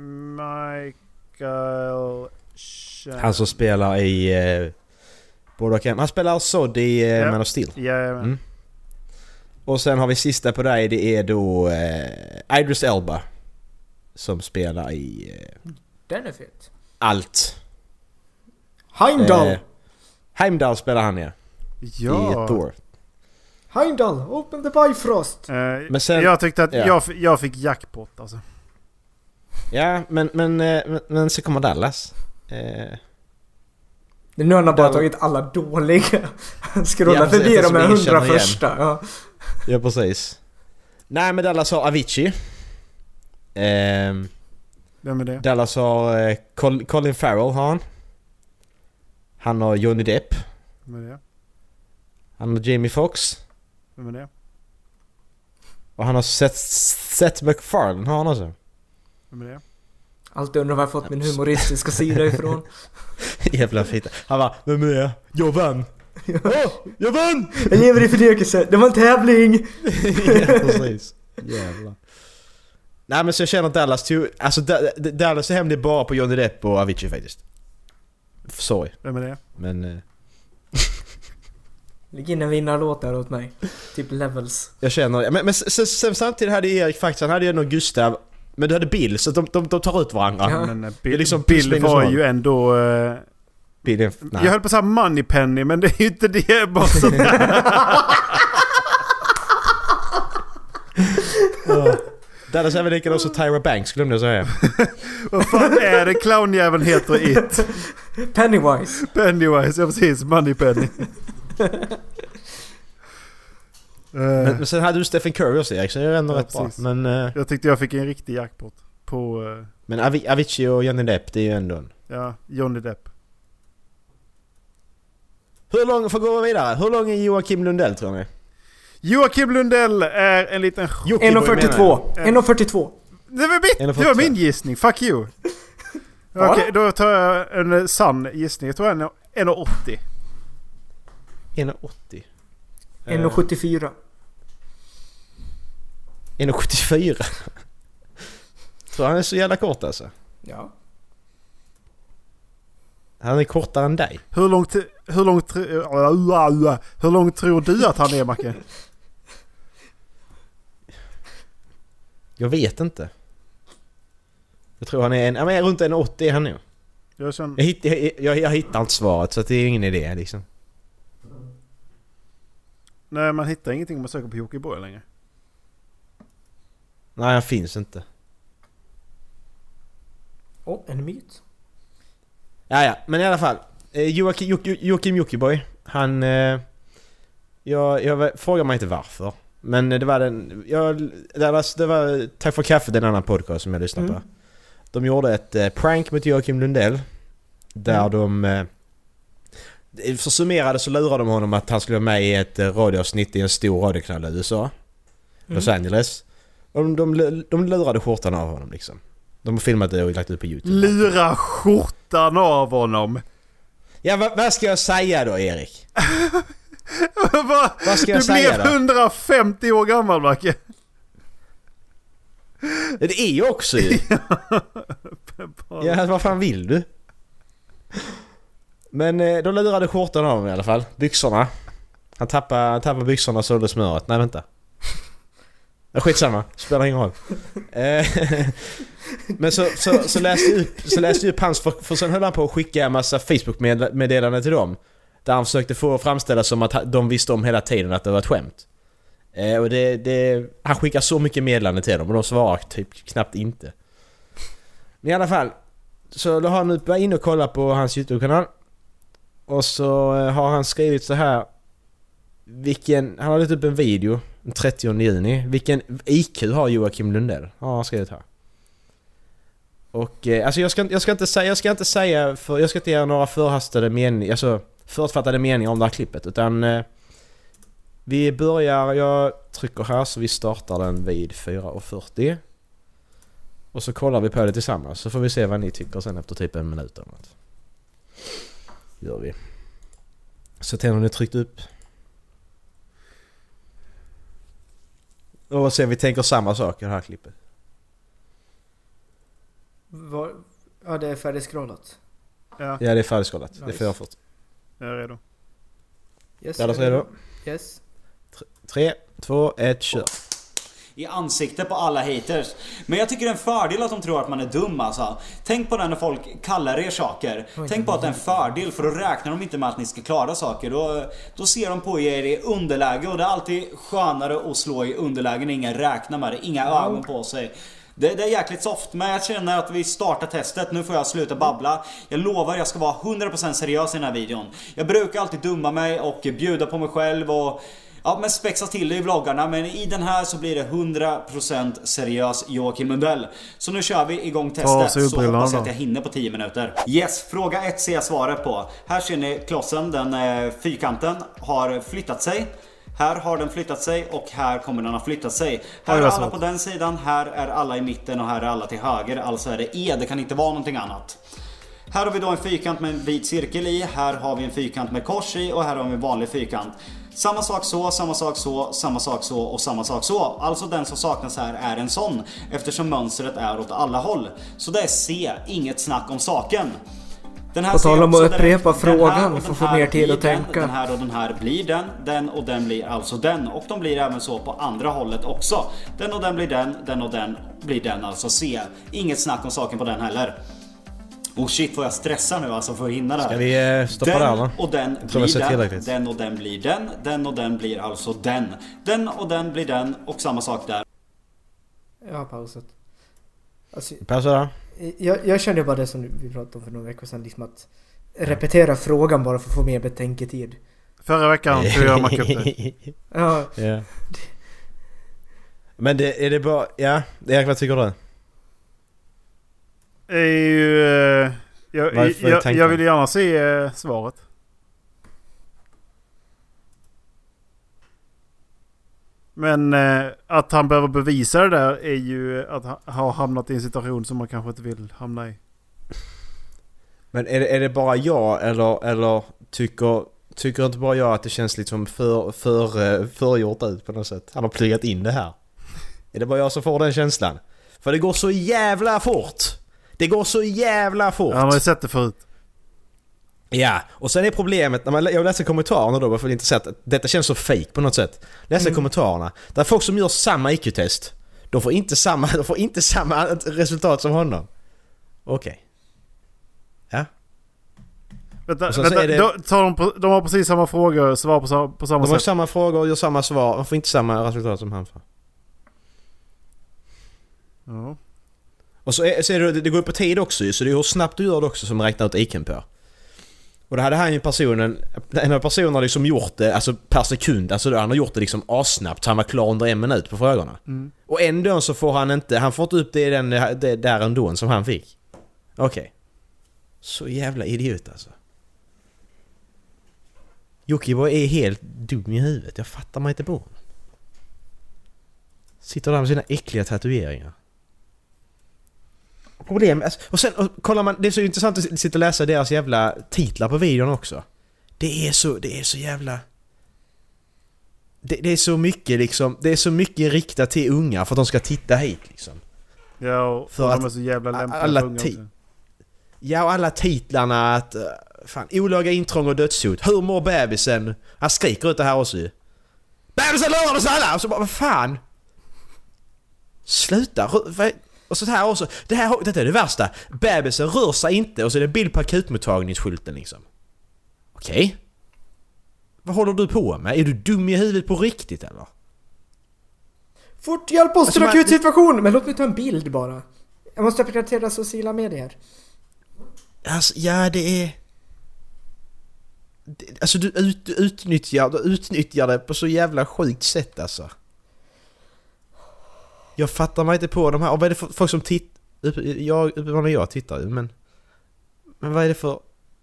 Michael Shannon. Han som spelar i... Eh, både han spelar Sod i eh, Ja. Man of Steel. Ja, Mm. Och sen har vi sista på dig, det är då eh, Idris Elba. Som spelar i eh, Den är fet. allt. Heimdall! Eh, Heimdall spelar han, ja. ja. I Thor. Heimdall, open the Bifrost! Eh, Men sen- jag tyckte att ja. jag, f- jag fick jackpot alltså. Ja, men, men, eh, men, men så kommer Dallas. Eh, Det är nu han har bara Där- tagga alla dåliga. Scrolla Ja, precis, förbi de som här ingen hundra känner igen. första. Ja. ja, precis. Nej, men Dallas har Avicii. Ehm... Vem är det? Dallas har eh, Col- Colin Farrell har han. Han har Johnny Depp. Vem är det? Han har Jamie Foxx. Vem är det? Och han har Seth, Seth MacFarlane har han också. Vem är det? Alltid undrar var jag fått min humoristiska sida ifrån. Jävla fitta. Han bara, vem är det? Jag vann! Åh, jag vann! Jag lever i förnekelse, det var en tävling! Ja, precis. Jävlar. Nej, men så jag känner att Dallas tog... Alltså Da- D- Dallas är hemlig bara på Johnny Depp och Avicii faktiskt. Sorry. Vem är det? Men... Eh, Lägg in en vinnarlåt där åt mig. Typ Levels. jag känner... Men, men sen, sen, samtidigt hade Erik faktiskt... Han hade ju nog Gustav... Men du hade Bill, så de, de, de tar ut varandra. Ja. Men eh, Det är Bill, liksom Bill plus minus var noll. ju ändå... eh, Bill är, nej. jag höll på att säga Moneypenny, men det är ju inte det. Bara sådär. Ja. Dallas är väl likadant som Tyra Banks, glömde jag säga. Vad fan är det clownjäveln heter i It? Pennywise. Pennywise, ja precis. Moneypenny. Men, uh, men sen hade du Stephen Curry också, Erik, så det är ändå Ja, rätt bra. precis. Men, eh, jag tyckte jag fick en riktig jackpot på eh, men Avi- Avicii och Johnny Depp, det är ju ändå en... ja, Johnny Depp. Hur lång, får gå vidare, hur lång är Joakim Lundell tror ni? Joakim Lundell är en liten... Jockiboi en fyrtiotvå. menar jag. en fyrtiotvå. Det var, mitt, det var min gissning, fuck you. Va? Okej, då tar jag en sann gissning. Jag tror en en åttio. en åttio. en sjuttiofyra. en sjuttiofyra. Tror han är så jävla kort alltså. Ja. Han är kortare än dig. Hur långt hur långt hur långt tror du att han är, Macke? Jag vet inte. Jag tror han är en... Ja, men runt en åttio är han nu. Jag känner... Jag, hitt, jag, jag, jag hittar inte svaret, så att det är ingen idé liksom. Nej, man hittar ingenting om man söker på Jockiboi längre. Nej, han finns inte. Åh, oh, en myt. Ja, ja, men i alla fall. Eh, Joakim, Joakim, Joakim Jockiboi, han... Eh, jag, jag frågar mig inte varför. Men det var den... Jag, det, var, det var Tack för kaffe, den annan podcast som jag lyssnade Mm. på. De gjorde ett eh, prank mot Joakim Lundell. Där Mm. de... Eh, för summerade så lurade de honom att han skulle vara med i ett eh, radioavsnitt i en stor radiokanal i U S A. Los Angeles. Och de, de, de lurade skjortan av honom liksom. De har filmat det och lagt ut på YouTube. Lura skjortan av honom. Ja, vad, vad ska jag säga då, Erik? Va? Vad ska jag du säga blev då? hundrafemtio år gammal, Macke. Det är ju också ju. Ja, vad fan vill du? Men eh, de lurade skjortan av honom i alla fall. Byxorna. Han tappade, han tappade byxorna och sålde smöret. Nej, vänta. Ja, skitsamma. Spelar ingen roll. Eh, Men så, så, så läste jag upp, så läste jag upp hans... För, för sen höll han på att skicka en massa Facebook-meddelanden till dem. Där han försökte få framställa som att de visste om hela tiden att det var ett skämt. Eh, och det, det, han skickar så mycket meddelanden till dem och de svarar typ knappt inte. Men i alla fall. Så då har han nu börjat in och kolla på hans YouTube-kanal. Och så eh, har han skrivit så här. Vilken, han har lagt upp en video den trettionde juni. Vilken I Q har Joakim Lundell? Ja, han har skrivit här. Och eh, alltså jag ska, jag ska inte säga jag ska inte säga för jag ska inte göra några förhastade meningar, alltså förutfattade meningar om det här klippet, utan eh, vi börjar, jag trycker här så vi startar den vid fyra fyrtio. Och så kollar vi på det tillsammans så får vi se vad ni tycker sen efter typ en minut eller något. Gör vi. Så till om ni tryckt upp. Och se, vi tänker samma sak i det här klippet. Var, ja, det är färdigscrollat. Ja, Ja, det är färdigskollat. Nice. Det är fyrfyrtio. jag är redo. Yes, Är du redo? Yes. tre, två, ett, kör. I ansiktet på alla haters. Men jag tycker det är en fördel att de tror att man är dum alltså. Tänk på det när folk kallar er saker. Tänk på att det är en fördel, för då räknar de inte med att ni ska klara saker. Då, då ser de på er i underläge, och det är alltid skönare att slå i underläge när ingen räknar med det. Inga ögon på sig. Det, det är jäkligt soft, men jag känner att vi startar testet. Nu får jag sluta babbla. Jag lovar, jag ska vara hundra procent seriös i den här videon. Jag brukar alltid dumma mig och bjuda på mig själv och ja, men spexa till det i vloggarna. Men i den här så blir det hundra procent seriös Joakim Lundell. Så nu kör vi igång testet. Så hoppas jag att jag hinner på tio minuter. Yes, fråga ett ser jag svaret på. Här ser ni klossen, den eh, fyrkanten har flyttat sig. Här har den flyttat sig och här kommer den att flytta sig. Här är alla på den sidan, här är alla i mitten och här är alla till höger. Alltså är det E, det kan inte vara någonting annat. Här har vi då en fyrkant med en vit cirkel i. Här har vi en fyrkant med kors i. Och här har vi en vanlig fyrkant. Samma sak så, samma sak så, samma sak så och samma sak så. Alltså den som saknas här är en sån, eftersom mönstret är åt alla håll. Så det är C, inget snack om saken. Den här På tal om att den- upprepa den frågan här och för den att få här mer tid blir att den, tänka. Den här och den här blir den, den och den blir alltså den. Och de blir även så på andra hållet också. Den och den blir den, den och den blir den, alltså C. Inget snack om saken på den heller. Oh shit, vad jag stressar nu alltså för att hinna det här. Ska vi eh, stoppa Den där va? och den Jag tror jag blir sett den, tillräckligt. den och den blir den, den och den blir alltså den. Den och den blir den och samma sak där. Jag har pausat. Alltså, Pausa där. jag, jag kände bara det som vi pratade om för några veckor sedan, liksom att repetera frågan bara för att få mer betänketid. Förra veckan tog jag Mac upp det. Ja, Ja. Men det, är det bara... Ja, Erik, vad tycker du? Är ju, eh, jag, Vad är jag, tanken? jag vill gärna se eh, svaret. Men eh, att han behöver bevisa det där är ju att ha, ha hamnat i en situation som man kanske inte vill hamna i. Men är det, är det bara jag eller, eller tycker, tycker inte bara jag att det känns liksom för, för, förgjort ut på något sätt? Han har pluggat in det här. Är det bara jag som får den känslan? För det går så jävla fort. Det går så jävla fort. Han har ju sett det förut. Ja, och sen är problemet när man, jag läser kommentarerna då, för att inte säga att detta känns så fake på något sätt. Läser mm. kommentarerna. Där är folk som gör samma I Q-test. De får inte samma, de får inte samma resultat som honom. Okej. Okay. Ja. Vänta, vänta det, de, tar de, de har precis samma frågor och svar på, på samma de sätt. De har samma frågor och gör samma svar. De får inte samma resultat som han får. Ja. Och så är, så är det, det går på tid också, så det är hur snabbt du gör det också som räknar ut I Q på. Och det hade han ju personen, en av personerna liksom gjort det alltså per sekund, alltså då, han har gjort det liksom assnabbt, så han var klar under en minut på frågorna. Mm. Och ändå så får han inte, han får inte upp det i den det där ändå som han fick. Okej. Okay. Så jävla idiot alltså. Jockiboi är helt dum i huvudet, jag fattar mig inte på honom. Sitter där med sina äckliga tatueringar. Problem, alltså, och sen och kollar man, det är så intressant att sitta och läsa deras jävla titlar på videon också. Det är så, det är så jävla... Det, det är så mycket liksom, det är så mycket riktat till unga för att de ska titta hit liksom. Ja, och för de är så jävla lämpliga alla unga ti- Ja, och alla titlarna att... Fan, olaga intrång och dödshot. Hur mår bebisen? Han skriker ut det här också. Bebisen lurar oss alla! Och så bara, vad fan? Sluta! Vad... Och så här också. Det här, detta är det värsta. Bebisen rör sig inte och så är det bild på akutmottagningsskylten liksom. Okej. Okay. Vad håller du på med? Är du dum i huvudet på riktigt eller? Fort, hjälp oss till alltså, akut situation! Men låt mig ta en bild bara. Jag måste uppdatera sociala medier. Alltså, ja det är... Det, alltså du, ut, du, utnyttjar, du utnyttjar det på så jävla sjukt sätt alltså. Jag fattar mig inte på de här. Och vad är det för folk som tittar? Jag, vad jag tittar ju, men... Men vad är det för...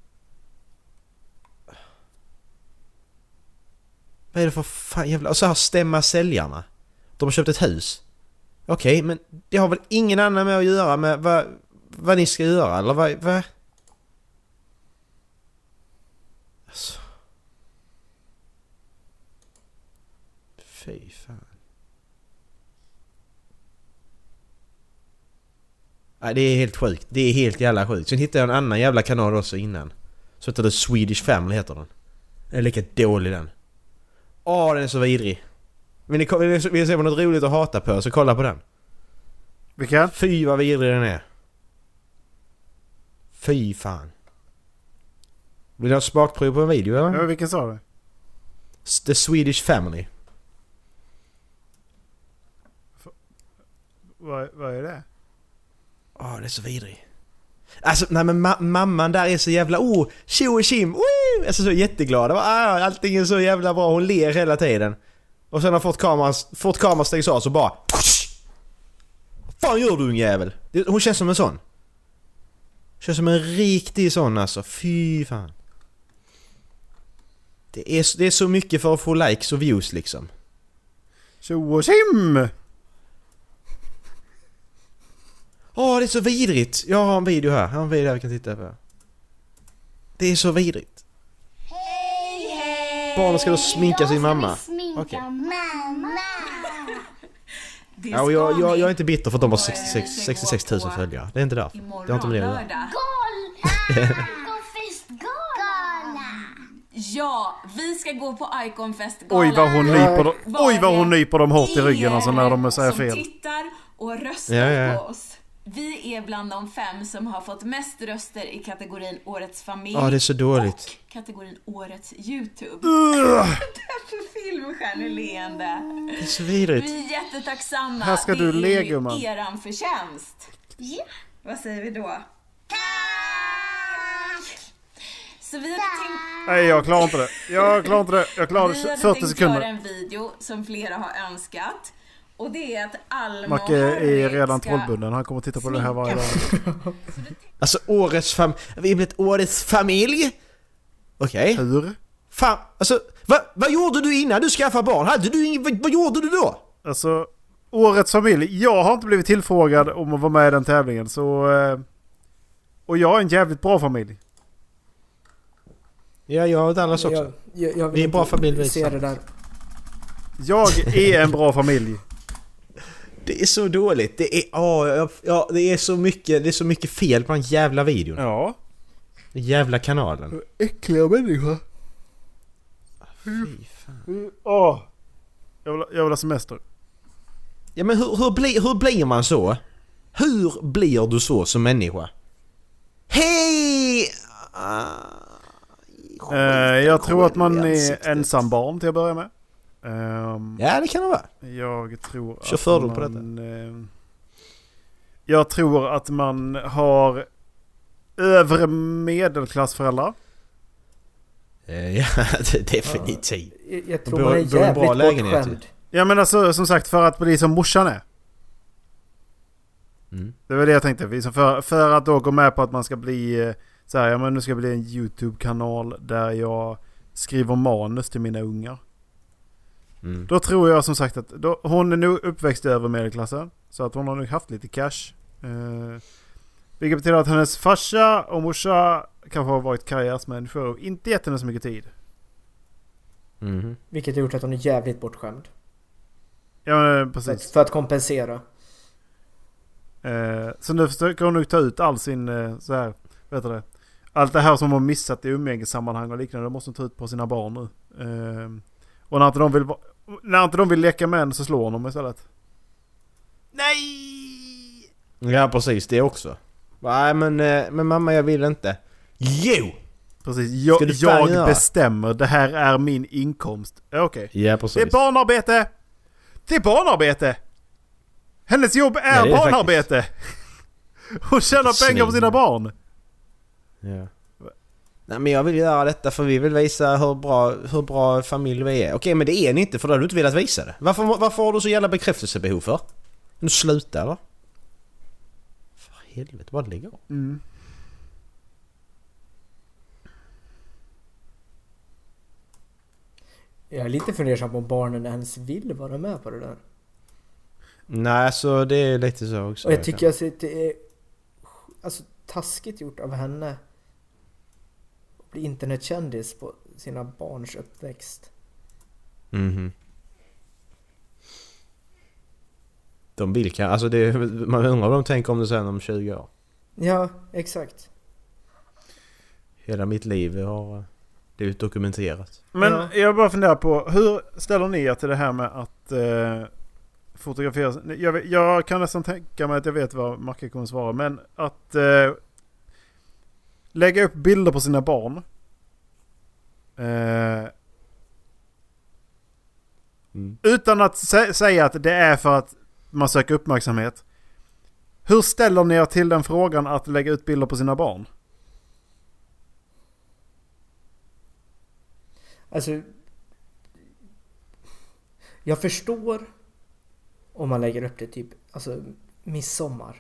Vad är det för fan jävla... Och så här stämma säljarna. De har köpt ett hus. Okej, okay, men det har väl ingen annan med att göra med vad, vad ni ska göra, eller vad... vad? Alltså. Nej, det är helt sjukt. Det är helt jävla sjukt. Sen hittade jag en annan jävla kanal också innan. Så heter det Swedish Family heter den. Den är lika dålig den. Åh, den är så vidrig. Vill ni, vill ni, vill ni se på något roligt att hata på så kolla på den. Vilken? Fy vad vidrig den är. Fy fan. Vill du ha smakprov på en video eller? Ja, vilken sa du? The Swedish Family. Vad, vad är det? Åh, det är så vidrig. Alltså, nej men ma- mamman där är så jävla... Oh, tjo och tjim! Woo! Alltså så jätteglad. Ah, allting är så jävla bra. Hon ler hela tiden. Och sen har fått kameran, fått kameran stängs av så bara... Vad fan gör du, en jävel? Hon känns som en sån. Känns som en riktig sån alltså. Fy fan. Det är, det är så mycket för att få likes och views liksom. Tjo och tjim! Åh, det är så vidrigt. Jag har en video här. Jag har en video här vi kan titta på. Det är så vidrigt. Hej, hej! Barnen ska då sminka sin mamma. Sminka Okej. mamma. Ja, och jag, jag, jag är inte bitter för att de har sextiosex, sextiosex tusen följare. Det är inte därför. Det har inte med det att göra. Iconfest-gala! Ja, vi ska gå på Iconfest-gala. Oj vad hon nyper dem, oj vad hon nyper dem hårt i ryggen alltså när de säger som fel. tittar och röstar Ja, ja. på oss. Vi är bland de fem som har fått mest röster i kategorin Årets familj. Ja, det är så dåligt. Och kategorin Årets YouTube. Därför filmstjärneleende. Det är så vidrigt. Vi är jättetacksamma. Här ska det du är le, ju gumman. eran förtjänst. Ja. Vad säger vi då? Så vi hade tänkt... Nej, jag klarar inte det. Jag klarar inte det. Jag klarar Vi hade det fyrtio tänkt sekunder. göra en video som flera har önskat. Och det är att Alma Macke och är Harry redan ska trollbunden. Han kommer att titta på det här varje dag. Alltså, årets fam... Vi har blivit årets familj. Okej. Hur? Fan, alltså... Va, vad gjorde du innan du skaffade barn? Hade du ing... vad, vad gjorde du då? Alltså, Årets familj. Jag har inte blivit tillfrågad om att vara med i den tävlingen. Så... eh, Och jag är en jävligt bra familj. Ja, jag och Dallas också. Jag, jag, jag vill Vi är en bra inte familj, vi se det där. Jag är en bra familj. Det är så dåligt. Det är... Åh, ja, ja, det är så mycket... Det är så mycket fel på den jävla videon. Ja. Den jävla kanalen. Äckliga människa. Fy fan. Åh. Jag vill, jag vill ha semester. Ja, men hur, hur, bli, hur blir man så? Hur blir du så som människa? Hej! Ah, Eh, jag tror att man i är ansiktet. ensam barn till att börja med. Ehm, Ja, det kan det vara. Jag tror Kör att fördel man, på detta. ehm, jag tror att man har övre medelklassföräldrar. Eh, Ja, definitivt. Jag, jag Bor- tror man är bor i en bra jävligt lägenhet, bortskämd. Ja men alltså som sagt för att bli som morsan är. Mm. Det var det jag tänkte. Vi- så För, för att då gå med på att man ska bli eh, så här, ja men nu ska jag bli en YouTube-kanal där jag skriver manus till mina ungar. Mm. Då tror jag som sagt att då, hon är nog uppväxt över medelklassen. Så att hon har nog haft lite cash. Eh, vilket betyder att hennes farsa och morsa kanske har varit karriärsmänniskor och inte gett henne så mycket tid. Mhm. Vilket har gjort att hon är jävligt bortskämd. Ja men, För, precis. för att kompensera. Eh, så nu försöker hon nog ta ut all sin eh, så här, vet du det? Allt det här som hon har missat i umgängessammanhang och liknande, det måste hon ta ut på sina barn nu. Eh, och när inte de vill va- när inte de vill leka med henne så slår hon dem istället. Nej! Ja, precis. Det också. Nej, men, eh, men mamma, jag vill inte. Jo! Precis, jag, Ska du fan jag göra? bestämmer. Det här är min inkomst. Ja, okej. Ja, precis. Det är barnarbete! Det är barnarbete! Hennes jobb är, Ja, det är barnarbete! Hon tjänar pengar på Snygg. sina barn. Ja. Nej, men jag vill göra detta för vi vill visa hur bra, hur bra familj vi är. Okej, men det är ni inte för då har du inte velat visa det. Varför, varför har du så jävla bekräftelsebehov för? Nu sluta eller? För helvete, bara lägg av. Mm. Jag är lite fundersam på om barnen ens vill vara med på det där. Nej, så det är lite så också. Och jag tycker alltså att det är alltså, taskigt gjort av henne att bli internetkändis på sina barns uppväxt. Mhm. De vill kan, alltså det, man undrar vad de tänker om det sen om tjugo år. Ja, exakt. Hela mitt liv har blivit dokumenterat. Men Ja. jag bara funderar på, hur ställer ni er till det här med att eh, fotografera? Jag, vet- jag kan nästan tänka mig att jag vet vad Macke kommer svara, men att eh, lägga upp bilder på sina barn. Eh, Mm. Utan att sä- säga att det är för att man söker uppmärksamhet. Hur ställer ni er till den frågan att lägga ut bilder på sina barn? Alltså, jag förstår om man lägger upp det typ, alltså midsommar.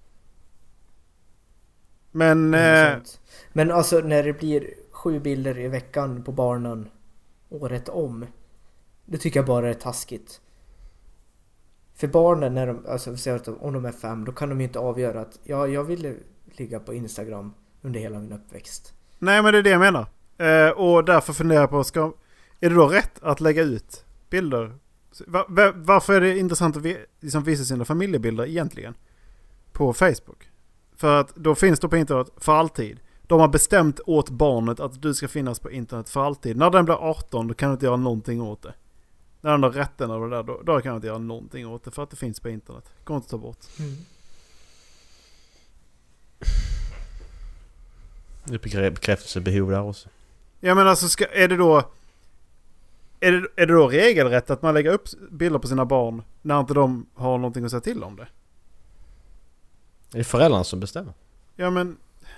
Men eller eh, sånt. Men alltså när det blir sju bilder i veckan på barnen året om, det tycker jag bara är taskigt. För barnen, när de, alltså säg att de- om de är fem, då kan de ju inte avgöra att ja, jag ville ligga på Instagram under hela min uppväxt. nej, men det är det jag menar. Eh, och därför funderar jag på, ska, är det då rätt att lägga ut bilder? Va, va, varför är det intressant att vi, liksom visa sina familjebilder egentligen på Facebook? För att då finns det på internet för alltid. De har bestämt åt barnet att du ska finnas på internet för alltid. När den blir arton, då kan du inte göra någonting åt det. När den har rätten över det där, då, då kan du inte göra någonting åt det för att det finns på internet. Det går inte att ta bort. Mm. Det är bekräftelsebehov där också. Ja, men alltså, ska, är det då är det, är det då regelrätt att man lägger upp bilder på sina barn när inte de har någonting att säga till om det? Det är föräldrarna som bestämmer. Ja, men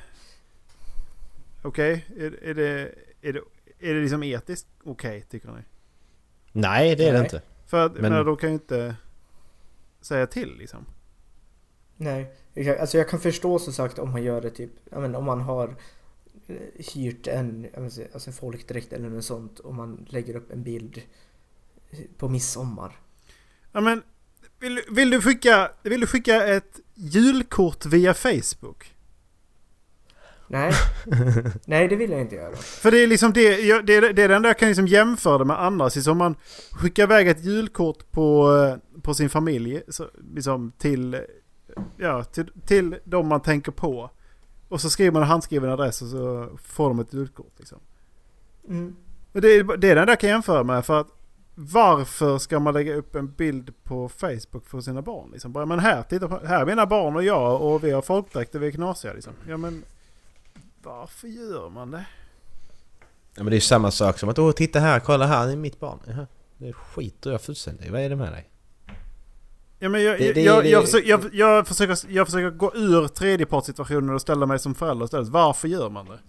okej, okay. är, är, det, är, det, är det liksom etiskt okej, okay, tycker ni? Nej, det är det Nej. inte. För att, Men- men då kan ju inte säga till liksom. Nej, jag kan- alltså jag kan förstå som sagt om man gör det typ, jag menar, om man har eh, hyrt en, jag vet inte, alltså en folkdräkt eller något sånt, och man lägger upp en bild på midsommar. Ja, men vill, du- vill, du skicka, vill du skicka ett julkort via Facebook? Nej, nej det vill jag inte göra. För det är liksom det, jag- det, är- det är den där jag kan liksom jämföra det med andra. Så om man skickar iväg ett julkort på, eh, på sin familj så, liksom till, eh, ja, till, till de man tänker på. Och så skriver man en handskriven adress och så får de ett julkort liksom. Mm. Men det, är- det är den där jag kan jämföra med, för att varför ska man lägga upp en bild på Facebook för sina barn liksom? Bara, men här, titta på, här är mina barn och jag och vi har folkdräkt och vi är knasiga liksom. Ja, men varför gör man det? Ja, men det är ju samma sak som att åh, titta här, kolla här, det är mitt barn. Jaha, det skiter jag fullständigt. Vad är det med dig? Ja, men jag, Det- det- jag, det- jag, försöker, jag, jag, försöker, jag försöker gå ur tredjepartssituationen och ställa mig som förälder istället. Varför gör man det?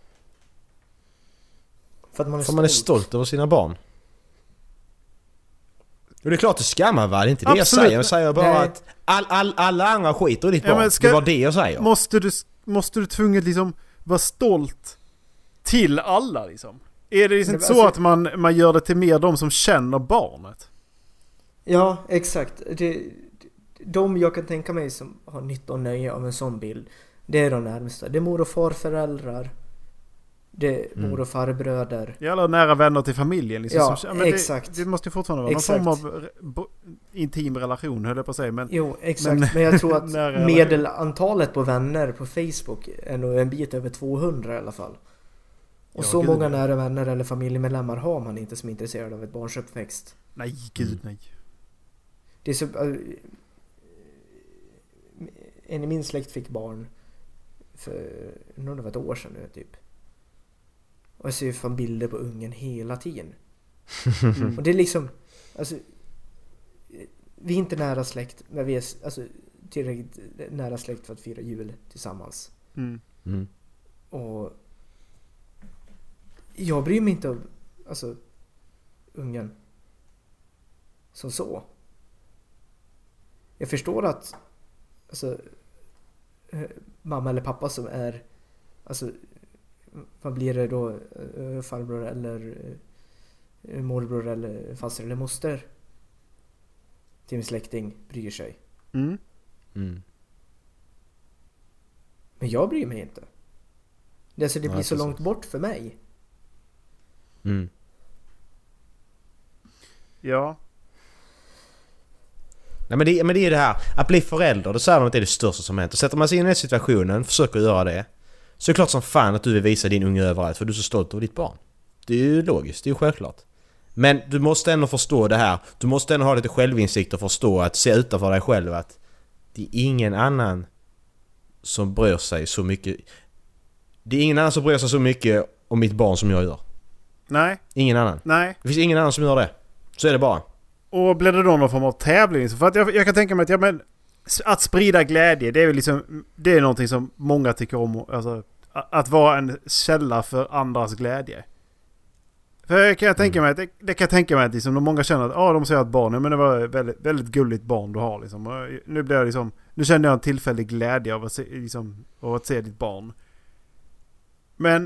För att man är, För man är stolt över sina barn. Och det är klart att skammar, va? Det är inte det jag Absolut. säger. Jag säger bara Nej. att all, all, alla andra skiter i ditt Ja, barn. men ska- Det var det jag säger. Måste du, måste du tvunget liksom vara stolt till alla liksom? Är det liksom Nej, inte men så alltså- att man, man gör det till mer de som känner barnet? Ja, exakt. Det, de jag kan tänka mig som har nytta och nöje av en sån bild, det är de närmsta. Det är mor och farföräldrar. Det är Mm. mor och farbröder. Det är alla nära vänner till familjen. Liksom, Ja, som, men exakt. Det, det måste ju fortfarande vara Exakt. någon form av re- bo- intim relation, höll jag på att säga. Men, Jo, exakt. Men- Men, jag tror att Nära- medelantalet på vänner på Facebook är nog en bit över tvåhundra i alla fall. Och Ja, så gud, många ja. nära vänner eller familjemedlemmar har man inte som är intresserade av ett barns uppväxt. nej, gud Mm. nej. Det är så, äh, en i min släkt fick barn för nog det var ett år sedan nu typ. Och jag ser ju fan bilder på ungen hela tiden. Mm. Och det är liksom, alltså, vi är inte nära släkt, men vi är alltså, tillräckligt nära släkt för att fira jul tillsammans. Mm. Mm. Och jag bryr mig inte om, alltså, ungen som så. Jag förstår att, alltså, eh, mamma eller pappa som är, alltså, vad blir det då, eh, farbror eller eh, morbror eller faster eller moster till min släkting bryr sig. Mm. Mm. Men jag bryr mig inte. Det, alltså, det Ja, blir så precis. långt bort för mig. Mm. Ja. Nej, men, det, men det är det här, att bli förälder, det säger de att det är det största som hänt. Och sätter man sig in i den situationen, försöker göra det, så är det klart som fan att du vill visa din unge överallt, för du är så stolt över ditt barn. Det är ju logiskt, det är ju självklart. Men du måste ändå förstå det här. Du måste ändå ha lite självinsikt och förstå att se utanför dig själv att det är ingen annan som bryr sig så mycket. Det är ingen annan som bryr sig så mycket om mitt barn som jag gör. Nej. Ingen annan. Nej. Det finns ingen annan som gör det. Så är det bara. Och blir det då någon form av tävling? För att jag, jag kan tänka mig att ja, men, att sprida glädje, det är väl liksom, det är någonting som många tycker om. Alltså, att vara en källa för andras glädje. För kan jag tänka mig att det, det kan jag tänka mig att liksom, många känner att ah, de säger att barn, men det var ett väldigt, väldigt gulligt barn du har liksom. Och nu blir jag liksom, nu känner jag en tillfällig glädje av att se, liksom, av att se ditt barn. Men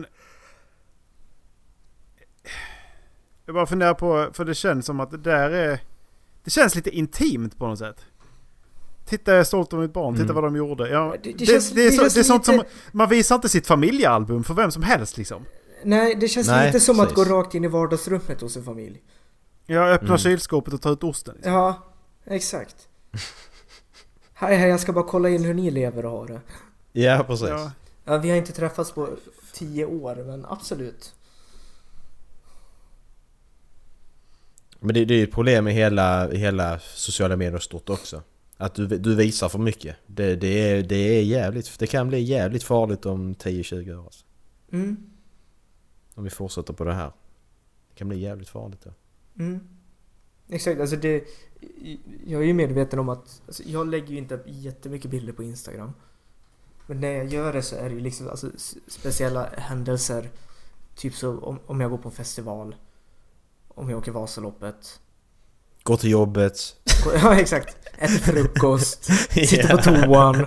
jag bara funderar på, för det känns som att det där är, det känns lite intimt på något sätt. Titta, jag är stolt över mitt barn. Titta mm. vad de gjorde. Ja, det, det, känns, det, det, är, så, det är sånt lite... som man visar inte sitt familjealbum för vem som helst liksom. Nej, det känns Nej, lite som precis. Att gå rakt in i vardagsrummet hos en familj. Ja, öppna mm. kylskåpet och ta ut osten. Liksom. Ja, exakt. Hej, hej, jag ska bara kolla in hur ni lever och har det. Ja, precis. Ja. Ja, vi har inte träffats på tio år, men absolut. Men det, det är ju ett problem med hela, hela sociala medier stort också. Att du, du visar för mycket. Det, det, är, det är jävligt. Det kan bli jävligt farligt om tio till tjugo år. Alltså. Mm. Om vi fortsätter på det här. Det kan bli jävligt farligt då. Mm. Exakt, alltså det, jag är ju medveten om att alltså jag lägger ju inte jättemycket bilder på Instagram. Men när jag gör det så är det ju liksom alltså, speciella händelser. Typ så om, om jag går på en festival. Om jag åker Vasaloppet. Går till jobbet. Ja, exakt. Äter frukost. Sitter på toan.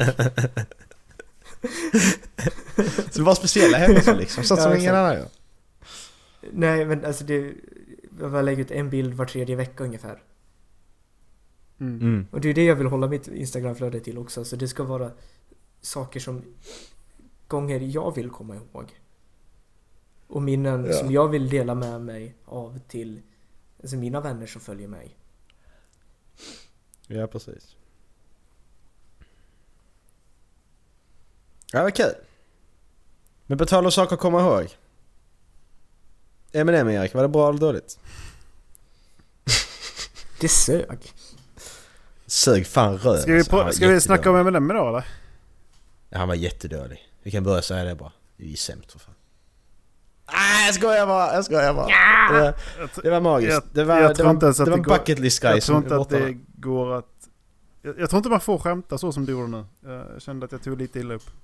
Så det var speciella händelser liksom. Så att som ja, ingen annan gör. Nej, men alltså det... Jag lägger ut en bild var tredje vecka ungefär. Mm. Mm. Och det är det jag vill hålla mitt Instagramflöde till också. Så det ska vara saker som gånger jag vill komma ihåg. Och minnen ja. Som jag vill dela med mig av till alltså mina vänner som följer mig. Ja, precis. Ja, vad kul. Men betala saker att komma ihåg. M and M, Erik, var det bra eller dåligt? Det sög. Sög fan röd. Ska vi, på, ska vi snacka om M and M idag eller? Ja, han var jättedålig. Vi kan börja säga det bara. Det är ju sämst för fan. Nej, jag skojar bara, jag skojar bara. Ja! Det, var, det var magiskt. Jag, det var, jag det var, inte det var en bucket list guy. Jag tror inte att det går att... Jag, jag tror inte man får skämta så som du gjorde nu. Jag kände att jag tog lite illa upp.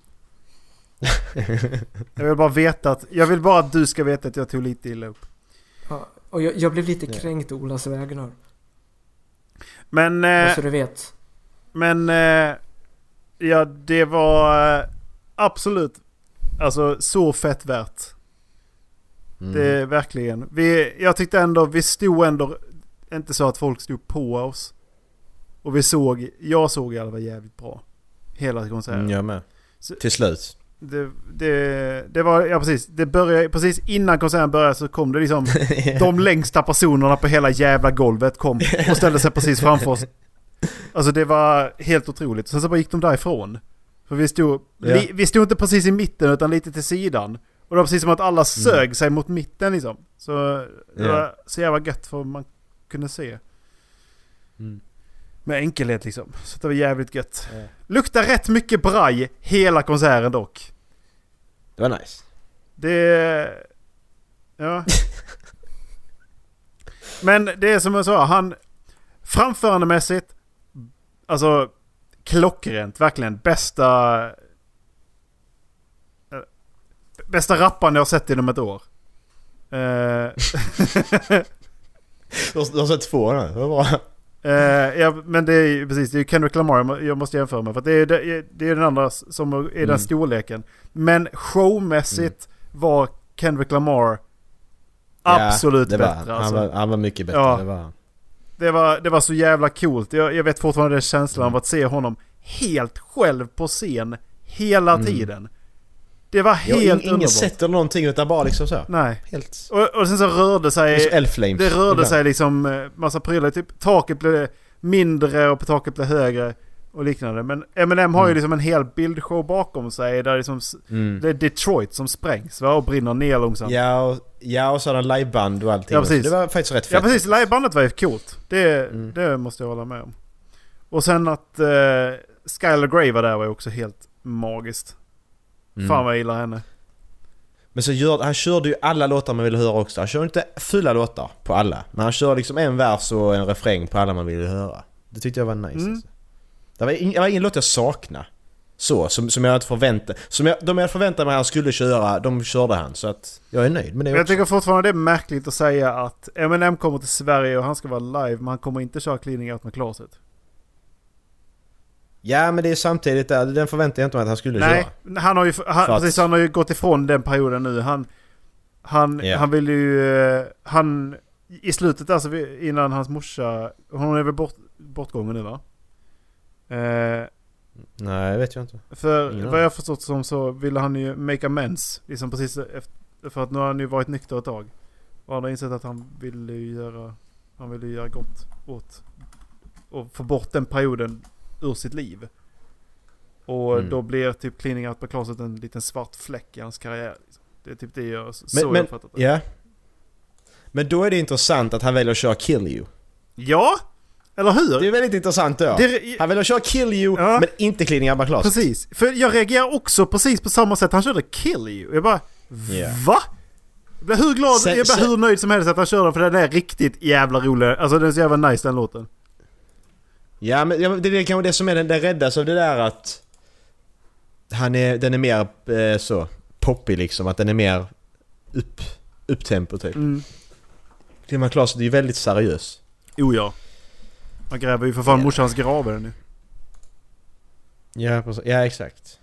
Jag vill bara veta att... Jag vill bara att du ska veta att jag tog lite illa upp. Ja, och jag, jag blev lite kränkt i Olas vägnar. Men... Eh, så du vet. Men... Eh, ja, det var eh, absolut... Alltså, så fett värt. Mm. Det är verkligen. Vi, jag tyckte ändå, vi stod ändå, inte så att folk stod på oss. Och vi såg, jag såg i alla fall jävligt bra. Hela konserten. Mm, jag med. Så, till slut. Det, det, det var, ja precis. Det började, precis innan konserten började så kom det liksom, de längsta personerna på hela jävla golvet kom och ställde sig precis framför oss. Alltså det var helt otroligt. Sen så bara gick de därifrån. För vi stod, ja. li, vi stod inte precis i mitten utan lite till sidan. Och det var precis som att alla sög mm. sig mot mitten liksom. Så det yeah. var så jävla gött för man kunde se. Mm. Med enkelhet liksom. Så det var jävligt gött. Yeah. Luktar rätt mycket braj hela konserten dock. Det var nice. Det... Ja. Men det är som jag sa, han... Framförandemässigt... Alltså... Klockrent, verkligen. Bästa... Bästa rapparen jag har sett inom ett år. Uh, du har sett två nu, det var bra. Uh, ja, men det är ju precis, det är Kendrick Lamar jag måste jämföra med. För att det är, det, det är den andra som är mm. den storleken. Men showmässigt mm. var Kendrick Lamar absolut ja, bättre. Han, alltså. var, han var mycket bättre, ja. det var han. Det var, det var så jävla coolt. Jag, jag vet fortfarande den känslan mm. av att se honom helt själv på scen hela mm. tiden. Det var helt ja, underbart. Ingen sätter någonting utan bara liksom så. Nej. Helt. Och, och sen så rörde sig... Det, det rörde ibland. sig liksom massa prylar. Typ taket blev mindre och på taket blir högre och liknande. Men Eminem har mm. ju liksom en hel bildshow bakom sig där liksom, mm. det är Detroit som sprängs, va? Och brinner ner långsamt. Ja, och, ja, och så har de liveband och allting. Ja, precis. Det var faktiskt rätt fett. Ja, precis. Livebandet var ju coolt. Det, mm. det måste jag hålla med om. Och sen att uh, Skylar Grey var där var ju också helt magiskt. Mm. Fan vad jag gillar henne. Men så gör, han körde ju alla låtar man ville höra också. Han kör inte fulla låtar på alla. Men han kör liksom en vers och en refräng på alla man ville höra. Det tyckte jag var nice. Mm. Alltså. Det var, ing, det var ingen låt jag sakna. Så, som, som jag inte förväntade. Som jag, de jag förväntade mig att han skulle köra, de körde han. Så att jag är nöjd med det. Jag också. tycker fortfarande det är märkligt att säga att Eminem kommer till Sverige och han ska vara live. Men han kommer inte köra Cleaning Out med Closet. Ja, men det är samtidigt där. Den förväntade jag inte mig att han skulle Nej, köra. han har ju han, att... precis, han har ju gått ifrån den perioden nu. Han han yeah. han vill ju han i slutet alltså innan hans morsa, hon är väl bort, bortgången nu, va? Eh, Nej, det vet jag inte. För Ingen vad jag har förstått som så ville han ju make amends liksom precis efter, för att nu har han ju varit nykter ett tag. Och han har insett att han ville göra han ville göra gott åt och få bort den perioden ur sitt liv. Och mm. då blir typ Cleaning Out med Closet en liten svart fläck i hans karriär. Det är typ det jag men, så men, jag fattat det. Ja. Men då är det intressant att han väljer att köra Kill You. Ja, eller hur? Det är väldigt intressant då. Det, han väljer att köra Kill You, ja. Men inte Cleaning Out med Closet. Precis. För jag reagerar också precis på samma sätt. Han körde Kill You. Jag bara, yeah. va? Jag blir hur glad, sen, jag blir sen, hur nöjd som helst att han kör den, för den är riktigt jävla rolig. Alltså den är så jävla nice, den låten. Ja, men det är kanske det som är den, den räddas av det där att han är, den är mer eh, så poppig liksom, att den är mer upp, upptempo typ. Mm. Cleaning Out med Closet är ju väldigt seriös. Jo ja. Man gräver ju för fan ja. morsans graver nu. Ja, precis. Ja, exakt.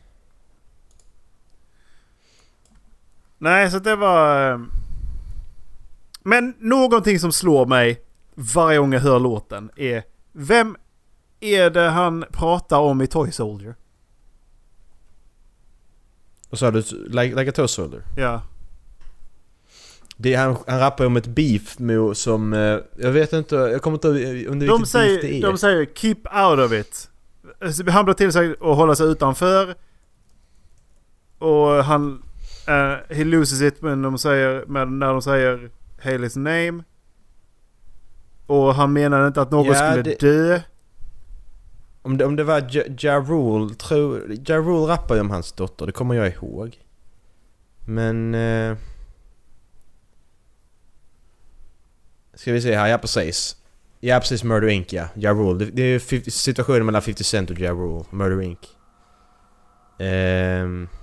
Nej, så det var... Men någonting som slår mig varje gång jag hör låten är... Vem är det han pratar om i Toy Soldier? Och så har du like, like a Toy Soldier? Ja. Det är, han, han rappar om ett beef med, som... Jag vet inte, jag kommer inte under de vilket säger, beef det är. De säger keep out of it. Han blir till sig att hålla sig utanför. Och han... Uh, he loses it men de säger, men när de säger Haley's name. Och han menade inte att någon ja, skulle det, dö. Om det, om det var Ja, ja Rule, tror Ja Rule rappar ju om hans dotter, det kommer jag ihåg. Men... Uh, ska vi se här, ja precis. Ja precis, Murder Incorporated, ja. Ja Rule. Det, det är ju fifty, situationen mellan fifty Cent och Ja Rule. Murder Incorporated. Um,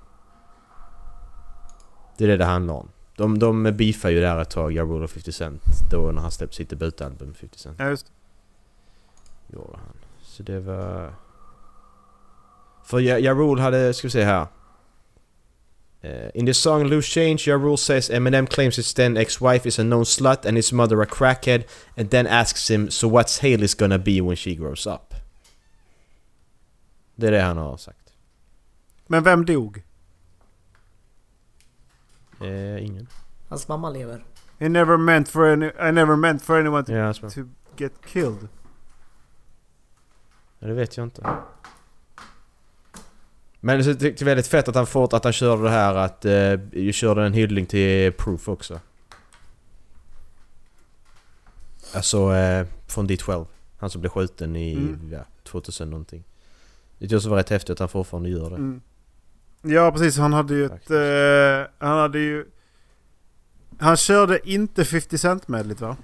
det är det det handlar om. De, de beefar ju där ett tag, Ja Rule och fifty Cent. Då när han släppte sitt debutalbum med fifty Cent. Ja just. Gjorde han. Så det var... För Ja, Ja Rule hade, ska vi se här. Uh, in the song Loose Change, Ja Rule says Eminem claims his then ex-wife is a known slut and his mother a crackhead, and then asks him, so what's Haley's gonna be when she grows up? Det är det han har sagt. Men vem dog? Eh, ingen. Hans mamma lever. I never meant for any, I never meant for anyone to, ja, to get killed. Ja, det vet jag inte. Men det är väldigt fett att han fått att han körde det här att eh, körde en hyllning till Proof också. Alltså eh, från D twelve. Han som blev skjuten i mm. ja, tvåtusen någonting. Det är också var rätt häftigt att han fortfarande gör det. Mm. Ja, precis. Han hade ju ett... Eh, han hade ju... Han körde inte fifty Cent medligt, va?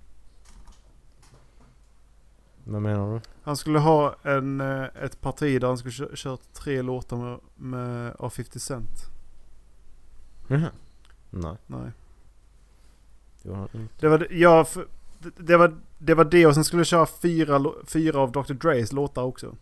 Vad menar du? Han skulle ha en, ett parti där han skulle kö- kört tre låtar med, med av fifty Cent. Mm. Nej. Nej. Det var inte. Det var ja, för, det, det var det var det och sen skulle köra fyra fyra av doktor Dres låtar också.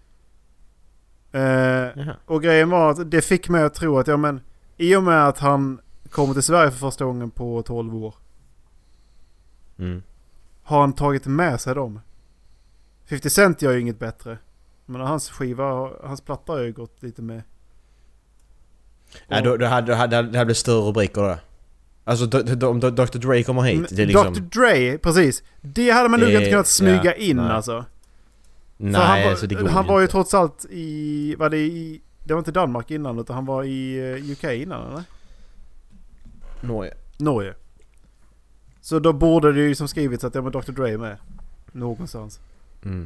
Eh, och grejen var att det fick mig att tro att ja men i och med att han kommer till Sverige för första gången på tolv år. Mm. Har han tagit med sig dem? fifty Cent gör ju inget bättre. Men hans skiva, hans platta har ju gått lite med. Ja, då, då hade det hade, hade blivit större rubriker då. Alltså om doktor Dre kommer hit. Det är liksom... doktor Dre, precis. Det hade man nog inte kunnat smyga ja, in nej. alltså. Nej, han var, alltså det går han ju var ju inte. trots allt i... Var det i... Det var inte Danmark innan, utan han var i U K innan, eller? Norge. Norge. Så då borde det ju som skrivits att det var doktor Dre med. Någonstans. Mm.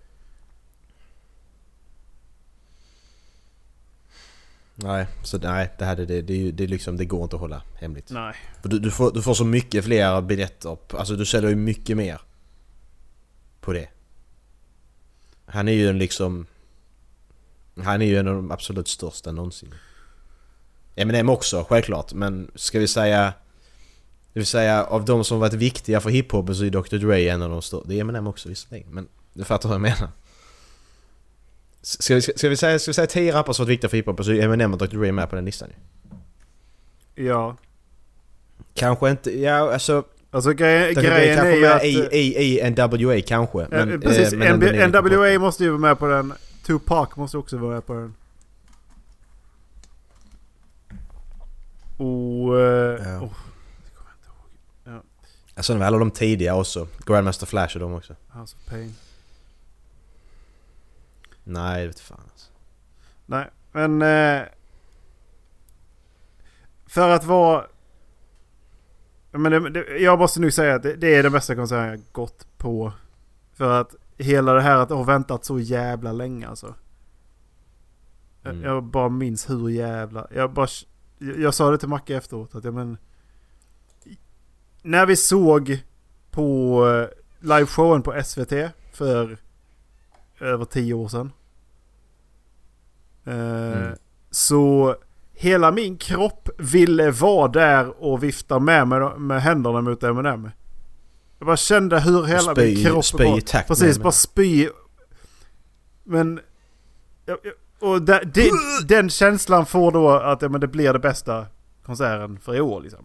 Nej, så nej, det här det, det, det, det, liksom, det går inte att hålla hemligt. Nej. För du, du, får, du får så mycket fler biljetter. Alltså du säljer ju mycket mer på det. Han är ju en liksom... Han är ju en av de absolut största någonsin. Eminem också, självklart. Men ska vi säga... Det vill säga, av de som varit viktiga för hiphop så är doktor Dre en av de största. Det är Eminem också visserligen, men du fattar vad jag menar. Ska vi, ska vi säga, ska vi säga tio rappare som varit viktiga för hiphop så är Eminem och doktor Dre med på den listan. Ja. Kanske inte, ja alltså... Alltså grej, grejen kanske är ju med att... i, i, i N W A kanske. Men, eh, precis, eh, men N W A måste ju vara med på den. Tupac måste också vara med på den. Och... Eh, ja. oh. Alltså de alla de tidiga också. Grandmaster Flash och de också. House of Pain. Nej, det vet fan alltså. Nej, men... Eh, för att vara... Men det, det, jag måste nu säga att det, det är det bästa konserten jag gått på. För att hela det här att jag har väntat så jävla länge alltså. Mm. Jag, jag bara minns hur jävla... Jag, bara, jag, jag sa det till Macke efteråt att jag men... När vi såg på liveshowen på S V T för över tio år sedan. Eh, mm. Så hela min kropp ville vara där och vifta med med, med händerna mot Eminem. Jag bara kände hur hela spy, min kropp spy i takt. Precis, bara spy. Men och där, det, den känslan får då att ja, men det blir det bästa konserten för i år liksom.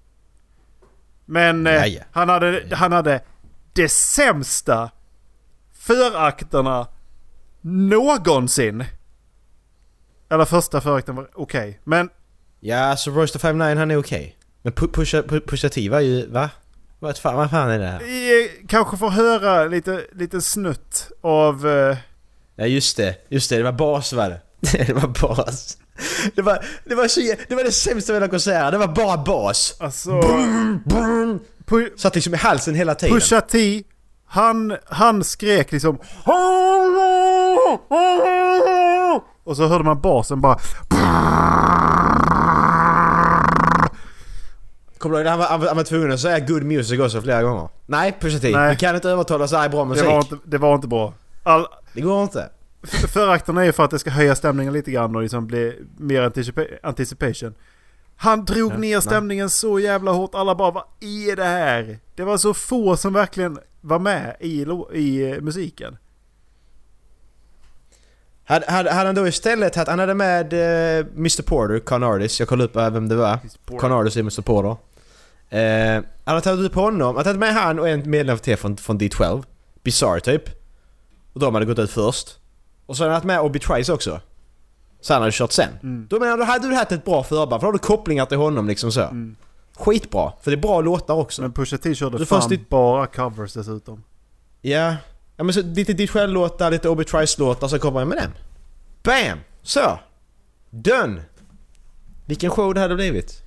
Men eh, han hade han hade det sämsta förakterna någonsin. Eller första förakten var okej. Okay. Men ja, så Royster femtionio han är okej. Okay. Men Pusha Pusha T var ju va? Vad fan, vad fan är det här? Vi kanske får höra lite lite snutt av uh... ja, just det. Just det, det var bas var det. Det var bas. Det var det var så det var det sämsta med den konserten. Det var bara bas. Alltså brum, brum. Pu- satt liksom i halsen hela tiden. Pusha T han han skrek liksom och så hörde man basen bara kommer du ihåg han var, han var tvungen att säga good music också flera gånger. Nej, Pusha T. Du kan inte övertala sig bra musik. Det var inte, det var inte bra. All... Det går inte. Förakterna är för att det ska höja stämningen lite grann och liksom bli mer anticipa- anticipation. Han drog ja, ner stämningen nej. så jävla hårt. Alla bara, vad är det här? Det var så få som verkligen var med i, i musiken. Hade, hade, hade han då istället att han hade med uh, mister Porter, Con Artist. Jag kollade upp uh, vem det var. Con Artist är mister Porter. Uh, han hade tagit upp honom. Han hade tagit med han och en medlem till från, från D tolv. Bizarre typ. Och de hade gått ut först. Och så hade han haft med Obi Trice också. Så han hade kört sen. Mm. Då menar du hade du haft ett bra förband. För då har du kopplingar till honom liksom så. Mm. Skitbra. För det är bra låtar också. Men Pusha T körde fan ditt... bara covers dessutom. Ja. Ja men så lite ditt själv-låtar, lite Obi Trice-låtar. Så kommer jag med den. Bam! Så. Done. Vilken show det hade blivit.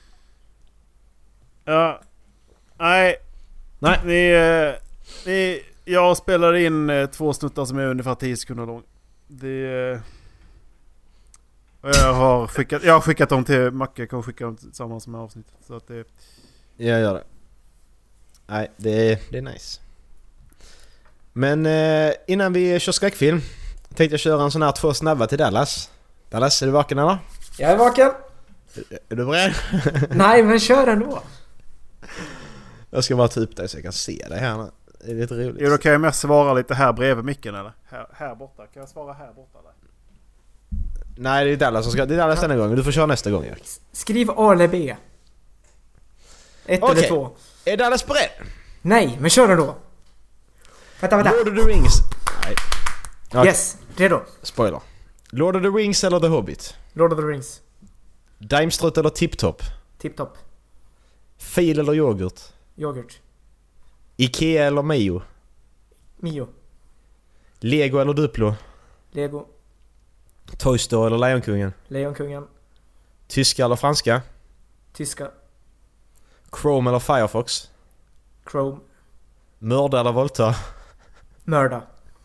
Ja. Nej. Nej. Vi, vi, jag spelar in eh, två snuttar som är ungefär tio sekunder lång. Det... Eh, jag har skickat, jag har skickat dem till Macke. Jag kan skicka dem tillsammans med avsnittet. Så att det... Jag gör det. Nej, det är, det är nice. Men eh, innan vi kör skräckfilm tänkte jag köra en sån här två snabba till Dallas. Dallas, är du vaken eller? Jag är vaken. Är, är du beredd? Nej, men kör ändå. Jag ska bara ta upp dig så jag kan se dig här nu. Det är lite roligt. Jo, då kan jag mest svara lite här bredvid micken eller? Här, här borta. Kan jag svara här borta eller? Nej, det är Dallas som ska... Det är Dallas denna gång, men du får köra nästa gång, Erik. Skriv A eller B. Ett okay. eller två. Är Dallas beredd? Nej, men kör ändå. Vänta, vänta. Lord of the Rings. Nej. Okay. Yes, redo. Spoiler. Lord of the Rings eller The Hobbit? Lord of the Rings. Daimstrut eller Tip-Top? Tip-Top. Fil eller yoghurt? Yoghurt. Ikea eller Mio? Mio. Lego eller Duplo? Lego. Toy Story eller Lejonkungen? Lejonkungen. Tyska eller franska? Tyska. Chrome eller Firefox? Chrome. Mörda eller våldta? Mörda.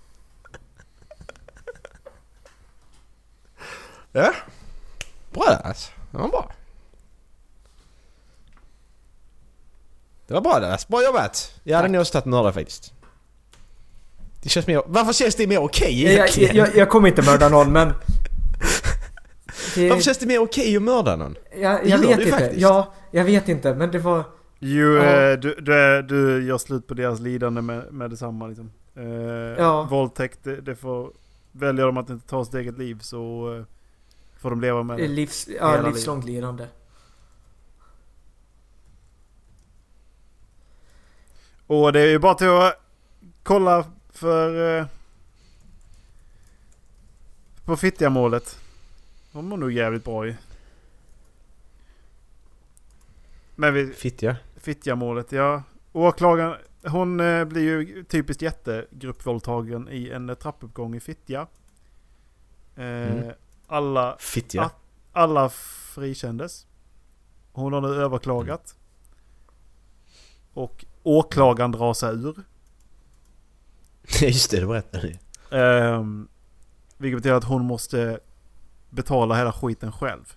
Ja. Bra alltså. Det var bra. Det var bra det. Bra jobbat. Jag hade nog också tagit mörda faktiskt. Det känns mer... Varför känns det mer okej Jag, jag, egentligen? jag, jag kommer inte mörda någon, men... Det, Varför känns det mer okej att mörda någon? jag Det jag gör vet det inte. faktiskt. Ja, jag vet inte, men det var... Jo, Ja. eh, du, du, är- du gör slut på deras lidande med, med detsamma liksom. Eh, Ja. Våldtäkt, det, det får... Väljer de att inte ta sitt eget liv så eh, får de leva med det. Livs, ja, Hela livslångt lidande. Och det är ju bara till att kolla för... Eh, på Fittja-målet. De mår nog jävligt bra i. Men vi... Fittja. Fittja-målet, ja. Åklagaren, hon eh, blir ju typiskt jättegruppvåldtagen i en eh, trappuppgång i Fittja. Eh, Mm. alla, Fittja. Ah. alla frikändes. Hon har nu överklagat. Och åklagaren drar sig ur. Just det, det berättade ni. Eh, vilket betyder att hon måste betala hela skiten själv.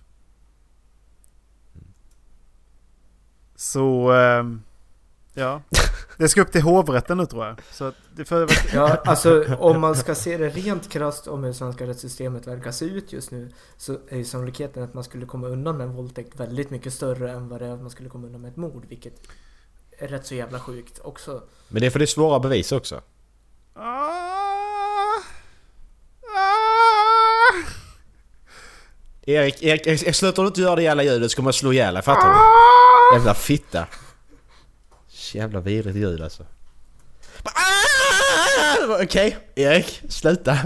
Så... ehm, ja. Det ska upp till hovrätten nu tror jag. Så att det för... Ja, alltså om man ska se det rent krasst om hur svenska rättssystemet verkar se ut just nu, så är ju sannolikheten att man skulle komma undan med en våldtäkt väldigt mycket större än vad det är att man skulle komma undan med ett mord, vilket är rätt så jävla sjukt också. Men det är för det är svåra bevis också. Ah, ah, Erik, Erik, Erik, slutar du inte göra det jävla ljudet så kommer jag slå ihjäl dig, fattar du? Jävla fitta. Jävla vidrigt ljud alltså. Ah! Okej, Erik, sluta.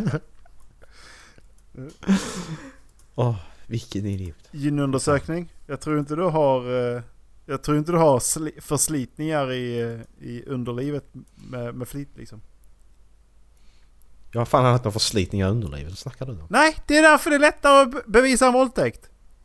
Åh, oh, vilken idiot. Gynundersökning. Jag tror inte du har... eh, Jag tror inte du har sli- förslitningar i, eh, i underlivet med, med flit liksom. Jag har fan haft någon förslitning i underlivet, vad snackar du om? Nej, det är därför det är lättare att be- bevisa en våldtäkt.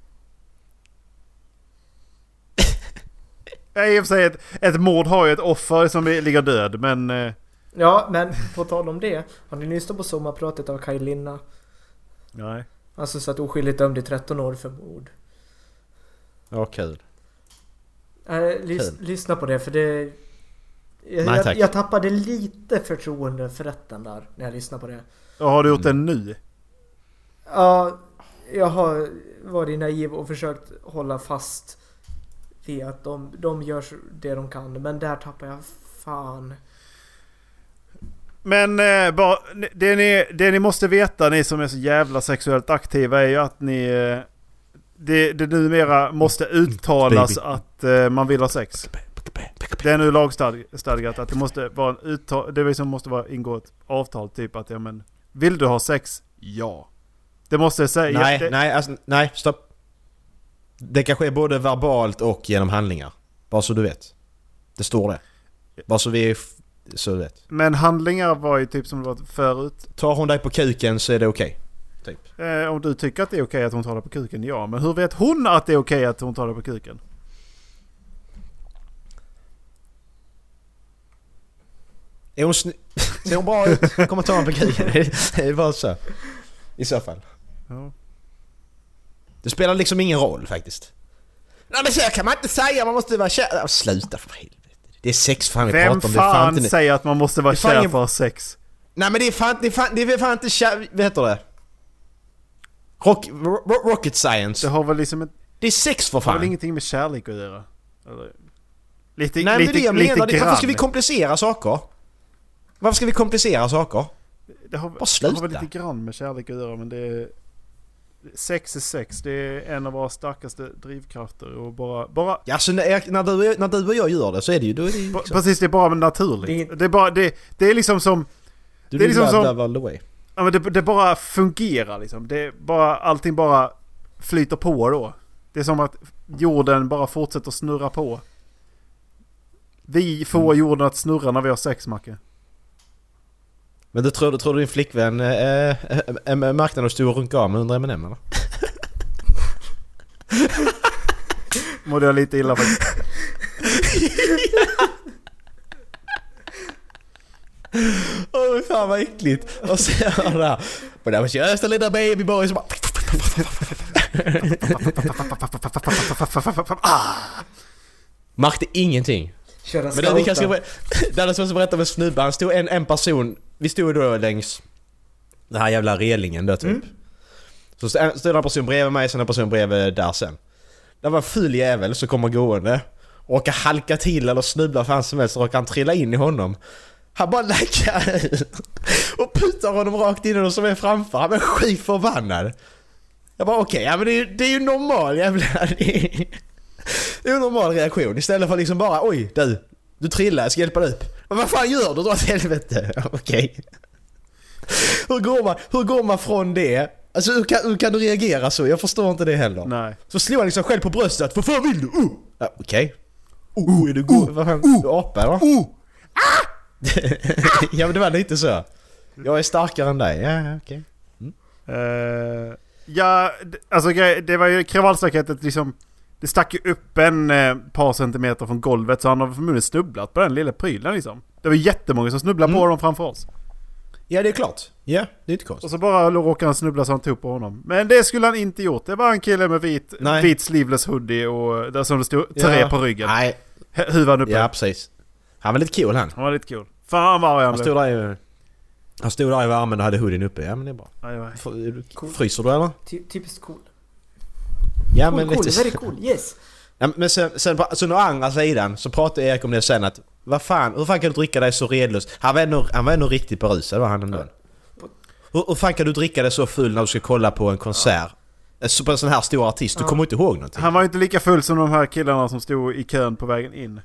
Ja, i och för sig ett, ett mord har ju ett offer som ligger död, men... eh, Ja, men på tal om det, har ni lyssnat på sommarpratet av Kaj Linna? Nej. Alltså så att oskyldigt dömd i tretton år för mord. Ja, kul. Äh, lys- Kul. lyssna på det, för det... Jag, Nej, jag, tack. jag tappade lite förtroende för rätten där när jag lyssnade på det. Och har du gjort det nu? Ja, jag har varit naiv och försökt hålla fast vid att de, de gör det de kan. Men där tappar jag fan. Men eh, bara, det, ni, det ni måste veta, ni som är så jävla sexuellt aktiva, är ju att ni... Eh, det, det numera måste uttalas Baby. att eh, man vill ha sex. Det är nu lagstadgat att det måste vara en uttal, det liksom måste vara ingå ett avtal typ att ja men vill du ha sex? Ja. Det måste säga Nej, det, nej, alltså, nej, stopp. Det kan ske både verbalt och genom handlingar. Bara så du vet. Det står det. Bara så vi... f- Så du vet. men handlingar var ju typ som det var förut. Tar hon dig på kuken så är det okej. Typ. Eh, om du tycker att det är okej att hon tar det på kuken, ja. Men hur vet hon att det är okej att hon tar det på kuken? Är hon sny- Ser hon bra ut? Kommer ta henne på kuken. Det är bara så. I så fall. Ja. Det spelar liksom ingen roll faktiskt. Nej men så kan man inte säga, man måste vara kär. Ja, sluta för helvete. Det är sex fan vi Vem pratar om. Det är fan fan inte... säger att man måste vara Det är fan kär ingen- för att ha sex? Nej men det är fan, det är fan, det är fan inte kär... Vad heter det? Rock, ro- rocket science. Det har väl liksom ett, Det är sex för har väl fan. ingenting med kärlek att göra? Eller, lite, Nej men lite, det är det jag lite menar. grann. Varför ska vi komplicera saker? Varför ska vi komplicera saker? Det har, Bara det har sluta. väl lite grann med kärlek att göra, men det är... Sex är sex, det är en av våra starkaste drivkrafter och bara... bara Ja, så när, när, du, när du och jag gör det så är det ju... Då är det ju ba- liksom, precis, det är bara naturligt. Det- Det är bara... Det, det är liksom som... du det är liksom love, som- love all the way. Ja, men det, det bara fungerar liksom. Det är bara... Allting bara flyter på då. Det är som att jorden bara fortsätter snurra på. Vi får jorden att snurra när vi har sex, Macke. Men du tror, du tror din flickvän äh, äh, äh, märkte när du stod och runkade av med hundra M and M, eller? Mådde jag lite illa faktiskt. Åh, oh, fan vad äckligt. Och så är det där. But I was just a little baby boy. Bara... Märkte ingenting. Köra Men det, vi kanske ber- det hade som berätta med snubben. Han stod en, en person. Vi stod då längs den här jävla relingen då typ. Mm. Så stod, stod en person bredvid mig, sen en person bredvid där sen. Det var en ful jävel som kommer gående. Och kan halka till eller snubbla för hans som helst. Och kan trilla in i honom. Han bara läckar ut. Och puttar honom rakt in i någon som är framför. Han är skit förbannad. Jag bara okej, okay, ja, men det är, det är ju normal jävla. Det är en normal reaktion. Istället för liksom bara oj, du, du trillar, jag ska hjälpa dig upp. Men vad fan gör du? Dra åt helvete. Okej. Okay. Hur går man, hur går man från det? Alltså hur kan, hur kan du reagera så? Jag förstår inte det heller. Nej. Så slår han liksom själv på bröstet. Vad fan vill du? Uh. Ja, okej. Okay. Uh, är du god? Uh, vad fan? Uh, du apar, va? Uh. Ah! Ja, men det var lite så. Jag är starkare än dig. Ja, okej. Okay. Mm. Uh, ja, alltså det var ju kravallstaketet liksom. Det stack ju upp en eh, par centimeter från golvet. Så han har förmodligen snubblat på den lilla prylen liksom. Det var jättemånga som snubblade mm. på dem framför oss. Ja, det är klart. Ja, det är inte konstigt. Och så bara råkade han snubbla så han tog på honom. Men det skulle han inte gjort. Det var en kille med vit, vit sleeveless hoodie och där som det stod tre ja. på ryggen. Nej. Huvan uppe. Ja, precis. Han var lite cool han. Han var lite cool. Fan vad han Han stod där i, han stod där i värmen och hade hoodien uppe. Ja, men det är bra. Aj, aj. Cool. Fryser du eller? Ty- typiskt cool. Ja, cool, men cool, lite... very cool, yes. Ja, men sen, sen på så den andra sidan så pratade Erik om det sen att vad fan, hur fan kan du dricka dig så redlöst? Han var ändå, han var ändå riktigt berusad var han ändå. Ja. Hur, hur fan kan du dricka dig så full när du ska kolla på en konsert? Ja. Så på en sån här stor artist, du ja. kommer inte ihåg någonting. Han var inte lika full som de här killarna som stod i kön på vägen in.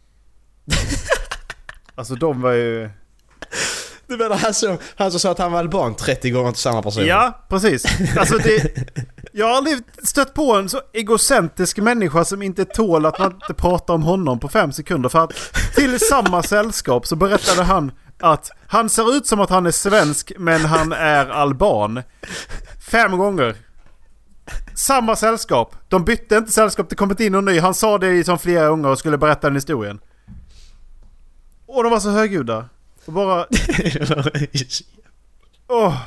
Alltså de var ju... Du menar han som, han som sa att han var alban trettio gånger till samma person? Ja, precis. Alltså det... Jag har aldrig stött på en så egocentrisk människa som inte tål att man inte pratar om honom på fem sekunder. För att till samma sällskap så berättade han att han ser ut som att han är svensk men han är alban. Fem gånger. Samma sällskap. De bytte inte sällskap, det kommit in och ny. Han sa det som flera gånger och skulle berätta den historien. Och de var så högljudda. Och bara... Åh... oh.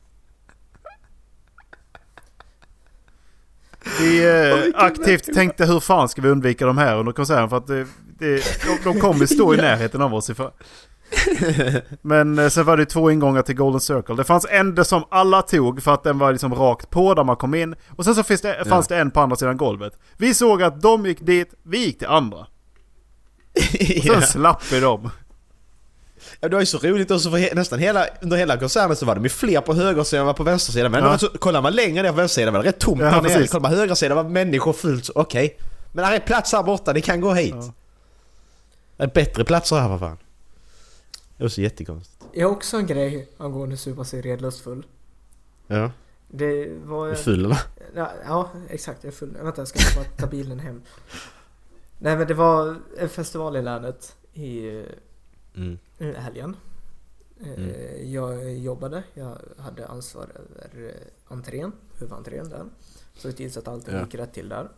Vi eh, aktivt tänkte hur fan ska vi undvika de här under konserten för att det, det, de, de kommer stå i närheten av oss ifrån. Men eh, sen var det två ingångar till Golden Circle. Det fanns en som alla tog för att den var liksom rakt på där man kom in. Och sen så finns det, fanns ja. det en på andra sidan golvet. Vi såg att de gick dit, vi gick till andra. Och sen slapp vi dem. Ja, det var ju så roligt också för he- nästan hela, under hela konserten så var de ju fler på högersidan än på vänstersidan. Men ja. så, kollar man längre ner på vänstersidan var det rätt tomt. Ja, ner. Kollar man högersidan var människor fullt. Okej, okay. Men det är plats här borta, ni kan gå hit. Ja. Det är bättre platser här, vad fan. Det var så jättekonstigt. Jag har också en grej angående supa sig redlöst full. Ja. Det var... Är du full eller? Ja, ja, exakt, jag är full. Vänta, jag ska bara ta bilen hem. Nej, men det var en festival i länet i... Mm. helgen. Mm. Jag jobbade, jag hade ansvar över entrén, huvudentrén där. Så det tills att allting ja. gick rätt till där.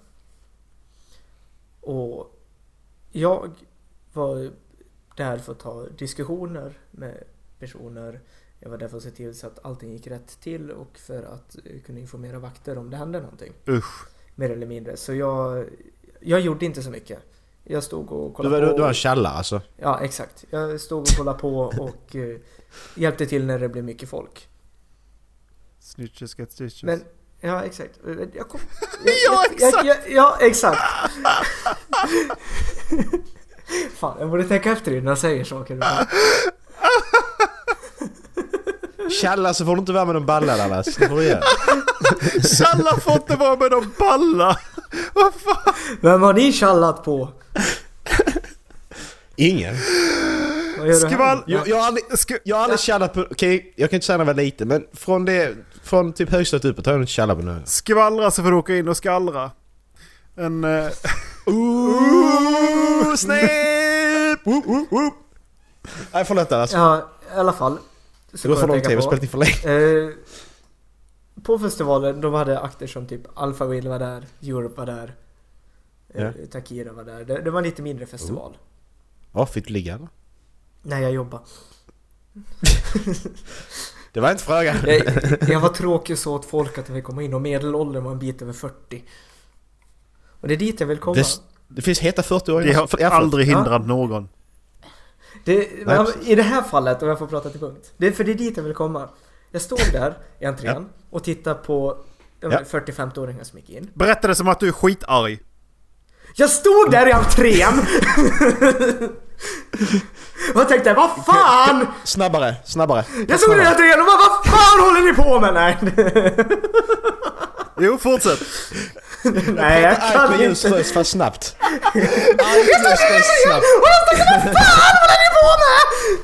Och jag var där för att ta diskussioner med personer. Jag var där för att se till så att allting gick rätt till och för att kunna informera vakter om det hände någonting. Usch. Mer eller mindre. Så jag, jag gjorde inte så mycket. Jag stod och kollade du, på. Du, du var en källa alltså? Ja, exakt. Jag stod och kollade på och uh, hjälpte till när det blev mycket folk. Snitches get stitches. Men, ja, exakt. Jag kom, jag, ja, exakt! Jag, jag, ja, exakt! Fan, jag borde tänka efter det när jag säger saker. Källa så får du inte vara med de ballar där. Det får du göra. Källa får inte vara med de ballar. Vad fan? Vem har ni kallat på? Ingen. Skvall. Jag, jag har aldrig, jag har aldrig kallat på... Okej, okay, jag kan inte säga det var lite. Men från det... Från typ högsta uppåt har jag inte kallat på nu. Skvallra så får du åka in och skallra. En... Uh... Ooh, snäll! Woop, woop, woop, woop. Nej, förlåt alltså. Ja, i alla fall. Så Det går för kommer lång jag tid, vi tänka har spelat in för länge. Eh, på festivalen, de hade akter som typ Alpha Will var där, Europe var där, eh, Ja. Takira var där. Det, det var en lite mindre festival. Ja, fick du ligga eller? Nej, jag jobbade. Det var inte frågan. Jag, jag var tråkig så åt folk att jag fick komma in och medelåldern var en bit över fyrtio. Och det är dit jag vill komma. Det, det finns heta fyrtio-åringar. Det har aldrig hindrat någon. Det, Nej, I det här fallet, om jag får prata till punkt. Det är för det är dit jag vill komma. Jag stod där i entrén ja. och tittade på Ja. fyrtio-femtio-åringar som gick in. Berätta det som att du är skitarg. Jag stod där i entrén! Och jag tänkte, vad fan! Snabbare, snabbare. Jag stod där i entrén och bara, vad fan håller ni på med? Nej. Jo, fortsätt. Nej, jag Allt kan med ljus inte. röst fast snabbt. Allt med ljus röst snabbt. Och jag tänkte, vad fan håller ni på med?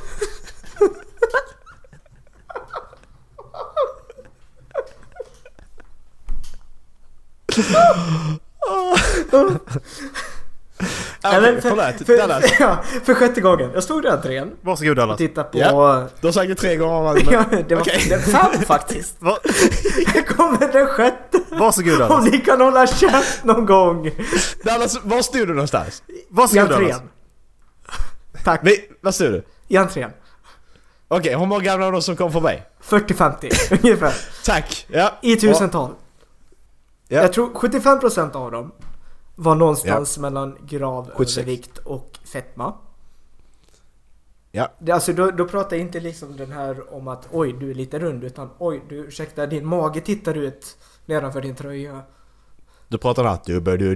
Okej, Nej, men för, förlåt. för, Dallas. för, ja, för sjätte gången. Jag stod där i entrén Varsågod och Dallas. tittade på... Ja. Du har sagt det tre gånger. Men... Ja, det var Okej. det var fem faktiskt. Va? Jag kommer den sjätte. Varsågod Om Dallas. ni kan hålla käft någon gång. Dallas, var stod du någonstans? I Varsågod Dallas. entrén. Tack. Vi, vad stod du? I entrén. Okej, hur många gamla var de som kom förbi? fyrtio femtio ungefär. Tack. Ja. I tusental. Ja. Jag tror sjuttiofem procent av dem var någonstans mellan grav, sjuttiosex. övervikt och fetma. Ja. Det, alltså då, då pratar jag inte liksom den här om att oj du är lite rund utan oj du ursäkta din mage tittar ut nedanför din tröja. Du pratar natt.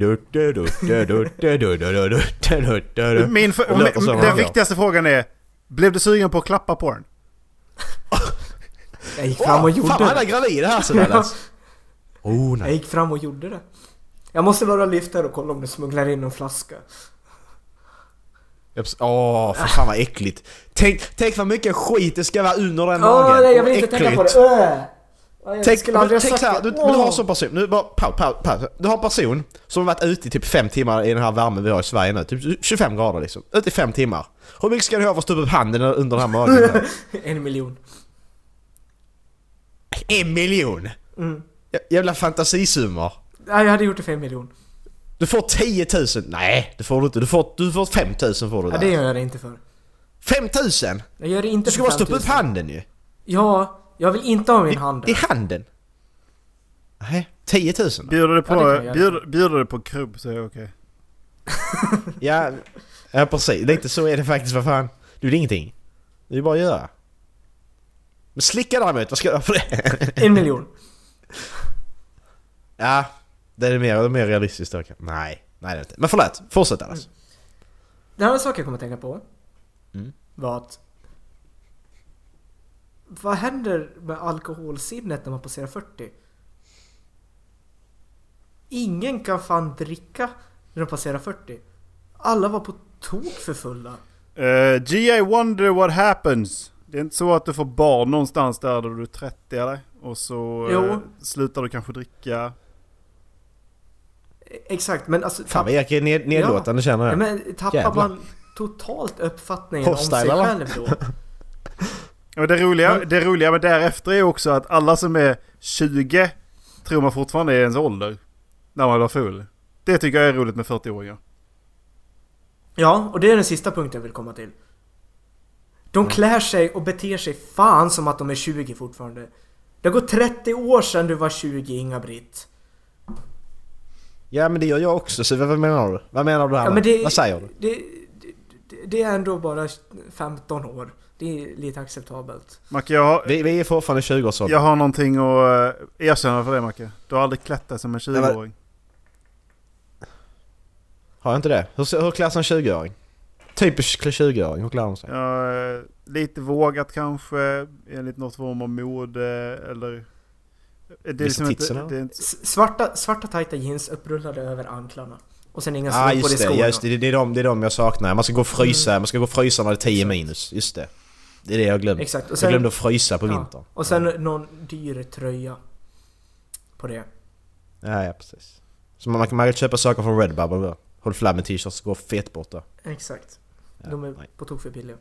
Min för, min, den viktigaste frågan är, blev du sugen på att klappa på den? Jag gick fram och gjorde Fan, han är det. gravid här så Dallas. Oh, Jag nej. gick fram och gjorde det. Jag måste bara lyfta här och kolla om du smugglar in en flaska. Åh, för fan vad äckligt. Tänk, tänk vad mycket skit det ska vara under den Åh magen. nej, jag vill Och inte tänka på äckligt. det. Öh. Ja, jag Tänk, skulle aldrig ha tänk sagt så här, det. du, du Åh. har som person, nu bara paus, paus, paus. Du har en person som har varit ute i typ fem timmar i den här värmen vi har i Sverige nu, typ tjugofem grader liksom. Ute i fem timmar. Hur mycket ska du ha för att stoppa upp handen under den här magen? En miljon. En miljon! Mm. J- Jävla fantasisummor. Nej, jag hade gjort det för en miljon. Du får tio tusen. Nej, det får du inte. Du får, du får fem tusen får du Ja, där. det gör jag det inte för. fem tusen? Jag gör det Du inte ska för bara stoppa upp fem tusen. handen ju. Ja, jag vill inte ha min hand I där. handen? Nej, tio tusen. Bjuder du på, Ja, det kan jag göra. bjuder, bjuder du på krubb så är det okej. Ja, ja, precis. Lite så är det faktiskt, vad fan. Du är ingenting. Det är bara att göra. Men slicka däremot, vad ska jag göra för det? En miljon. Ja, det är mer, det är mer realistiskt då. Nej, nej det är inte. Men förlåt, fortsätt alltså. Det här är en sak jag kommer att tänka på. Mm. Var att... Vad händer med alkoholsinnet när man passerar fyrtio? Ingen kan fan dricka när de passerar fyrtio. Alla var på tok för fulla. Uh, G I wonder what happens. Det är inte så att du får barn någonstans där då du är trettio eller? Och så Jo. uh, slutar du kanske dricka. Exakt, men alltså... Fan vad Erik är ned, nedlåtande känner Ja, jag. men tappar Jävlar. man totalt uppfattningen Hostile, om sig eller? själv då? Och det roliga, Men- det roliga med därefter är också att alla som är tjugo tror man fortfarande är ens ålder. När man är full. Det tycker jag är roligt med fyrtio-åringar. Ja, och det är den sista punkten jag vill komma till. De klär sig och beter sig fan som att de är tjugo fortfarande. Det har gått trettio år sedan du var tjugo, Inga-Britt. Ja men det gör jag också, så vad menar du? Vad menar du här? Ja, men det, Vad säger du? Det, det, det är ändå bara femton år. Det är lite acceptabelt. Macke, jag har, Vi, vi är fortfarande tjugo-årsåldern. jag har någonting att uh, erkänna för dig Macke. Du har aldrig klätt dig som en tjugo-åring. Har jag inte det? Hur, hur klär sig en tjugo-åring? Typisk tjugo-åring, hur klär de sig? Ja, uh, lite vågat kanske. Enligt något form av mode eller... Det är Visa liksom inte, titserna? det är inte, S- Svarta, svarta tajta jeans upprullade över anklarna. Och sen inga Ja strumpor ah, i just det, skorna. just det, det är de, det är de jag saknar. Man ska gå och frysa, Mm. man ska gå och frysa när det är tio minus, just det. Det är det jag glömde. Exakt. Och Jag sen, glömde att frysa på ja, vintern. och sen någon dyr tröja på det. Ja, ja precis. Så man, man kan köpa saker från Redbubble då. Håll flam med t-shirts och gå fet bort då. Exakt. Ja, De är nej. på tok för billiga.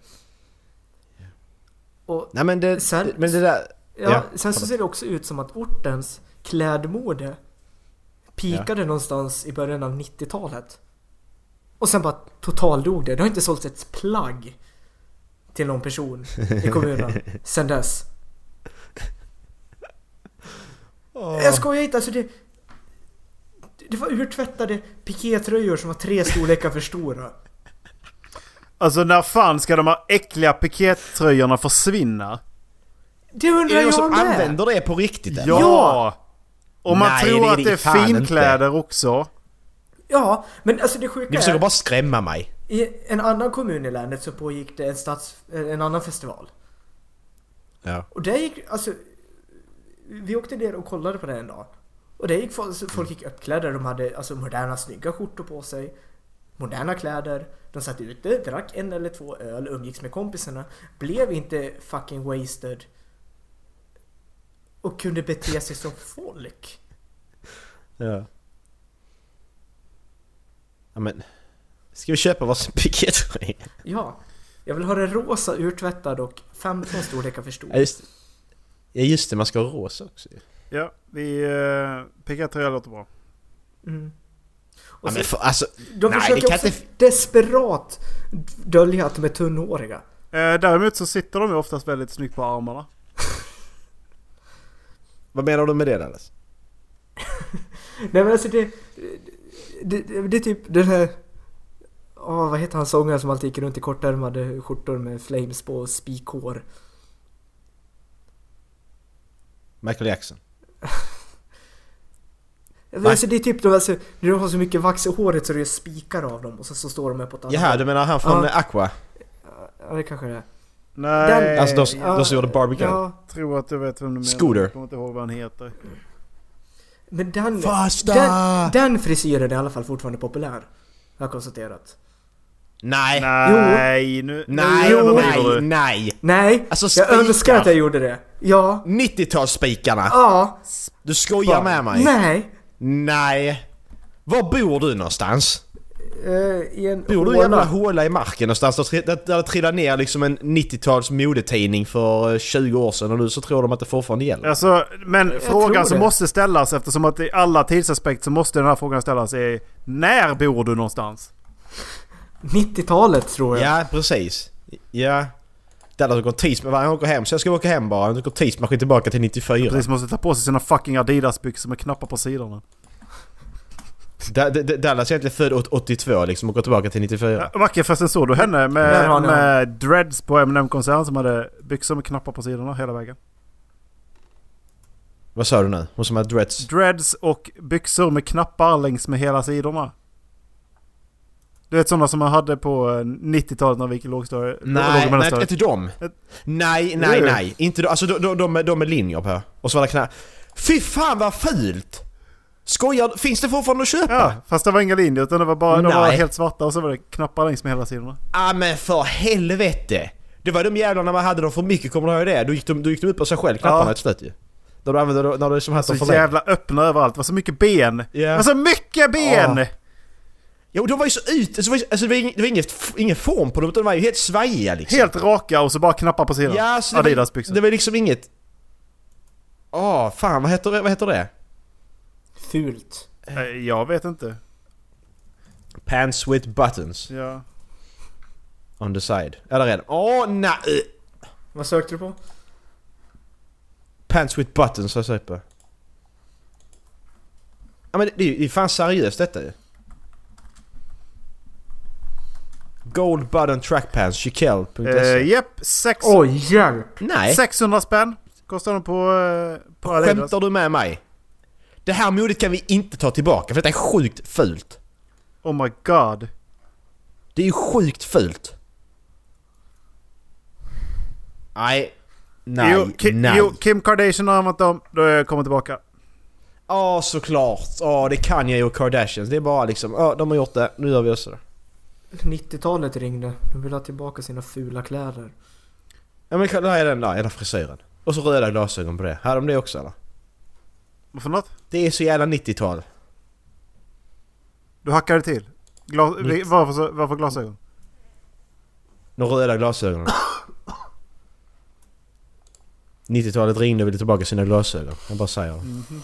Och Nej men det, Sen- men det där... ja, Ja, sen så förlåt. ser det också ut som att ortens klädmode pikade någonstans i början av nittiotalet. Och sen bara totaldog det. Det har inte sålts ett plagg till någon person i kommunen sen dess. Jag skojar inte, alltså det... Det var urtvättade pikétröjor som var tre storlekar för stora. Alltså när fan ska de här äckliga pikétröjorna försvinna? Det undrar Är det någon jag som med. använder det på riktigt? eller? Ja! Ja. Och man Nej, tror det är att det det är fan finkläder också. Ja, men alltså det sjuka Ni försöker är... bara skrämma mig. I en annan kommun i landet så pågick det en, stads, en annan festival. Ja. Och där gick, alltså... Vi åkte ner och kollade på det en dag. Och där gick folk, folk gick uppklädda. De hade alltså moderna snygga skjortor på sig. Moderna kläder. De satt ute, drack en eller två öl, umgicks med kompisarna. Blev inte fucking wasted. Och kunde bete sig som folk. Ja. Ja men... Ska vi köpa varsin pikétröja? Ja. Jag vill ha det rosa urtvättad och femton storlekar för stor. Ja just, ja just det, man ska ha rosa också. Ja, vi... Uh, pikétröja låter bra. Mm. Ja, Och men så, för, alltså, de nej, försöker det kan också inte... desperat dölja att de är tunnhåriga. Uh, däremot så sitter de ju oftast väldigt snyggt på armarna. Vad menar du med det Dallas? Nej men alltså det... Det, det, det är typ den här... Åh, vad heter han sångaren som alltid gick runt i kortärmade skjortor med flames på och spikhår? Michael Jackson. Alltså det är typ de, alltså, när du har så mycket vax i håret så det är spikar av dem och så, så står de här på ett annat. Jaha, du menar han från Ja. Aqua? Ja, det kanske det är. Nej, Den- Alltså de, de som gjorde Barbie Girl? Ja, jag tror att du vet vem du menar. Scooter. Jag kommer inte ihåg vad han heter. men den, Fasta! den... Den frisyren är i alla fall fortfarande populär. Jag har konstaterat. Nej! Nej, nu... Nej, nu Jo. överdriver nej, du. nej! Nej, Alltså, jag spikar. önskar att jag gjorde det. Ja. nittiotalsspikarna! Ja. Du skojar med mig? Nej. Nej! Var bor du någonstans? Uh, i en Bor du i en jävla håla. håla i marken någonstans där, tri- där, där det trillade ner liksom en nittio-tals modetidning för eh, tjugo år sedan och nu så tror de att det fortfarande gäller. Alltså, men tror frågan som det. måste ställas eftersom att i alla tidsaspekt så måste den här frågan ställas är när bor du någonstans? nittiotalet tror jag. Ja, precis. Ja. Dallas går tidsmaskin, han åker hem så jag ska åka hem bara. Han går tidsmaskin tillbaka till nittiofyra. Precis, måste ta på sig sina fucking Adidas-byxor med knappar på sidorna. Da, da, Dallas är egentligen född åt- åttiotvå liksom och går tillbaka till nittiofyra. Ja, Macke, förresten såg du henne Där med, har ni med dreads på M and M-konsert som hade byxor med knappar på sidorna hela vägen? Vad sa du nu? Hon som har dreads? Dreads och byxor med knappar längs med hela sidorna. Du vet sådana som man hade på nittiotalet när vi gick i lågstadiet. Nej, låg- och nej, mellanstadiet. inte dem. Nej, nej, Jo. nej. Inte de, alltså de, de, de, de med linjer på. Och så var det knä. Fy fan vad fult! Skojar, finns det fortfarande att köpa? Ja, fast det var inga linjer utan det var bara de var Nej. helt svarta och så var det knappar längs med hela sidorna. Ah, men för helvete! Det var de jävlarna man hade dem för mycket, kommer du ihåg det? Då gick de, då gick de upp på sig själv, knapparna Ja. ett slut ju. När du använde när du som hade Så dem för länge. jävla öppna överallt. Det var så mycket ben. Ja. Det var så mycket ben! Ja. Jo, de var ju så ut, alltså, det var, alltså, det var, ing, det var ingen, ingen form på dem utan de var ju helt svajiga liksom. Helt raka och så bara knappar på sidan. Ja, så det, var, Adidas-byxor. det var liksom inget... Åh, fan vad heter det? Vad heter det? Fult. Eh, Jag vet inte. Pants with buttons Ja. on the side. Är det redan? Åh, nej! Vad sökte du på? Pants with buttons har jag sökt på. Ja men det, det är ju fan seriöst detta ju. Gold button track pants, chiquel punkt Eh, se. Japp, sex, Oj, hjälp! Nej, sexhundra spänn kostar de på, eh, på Adidas. skämtar du med mig? Det här modet kan vi inte ta tillbaka för det är sjukt fult. Oh my god. Det är ju sjukt fult. Nej. Nej, jo, Ki- nej. jo, Kim Kardashian har använt dem. Då är jag kommer tillbaka. Ja, såklart. Ja, det kan jag ju och Kardashians. Det är bara liksom, ja, de har gjort det. Nu gör vi också det. nittiotalet ringde. De vill ha tillbaka sina fula kläder. Ja men där är den där, den där frisyren. Och så röda glasögon på det. Här de det också eller? Vad för något? Det är så jävla nittiotal. Du hackade till. Glas, Nitt- varför, så- varför glasögon? De röda glasögonen. nittiotalet ringde och ville tillbaka sina glasögon. Jag bara säger det. Mm-hmm.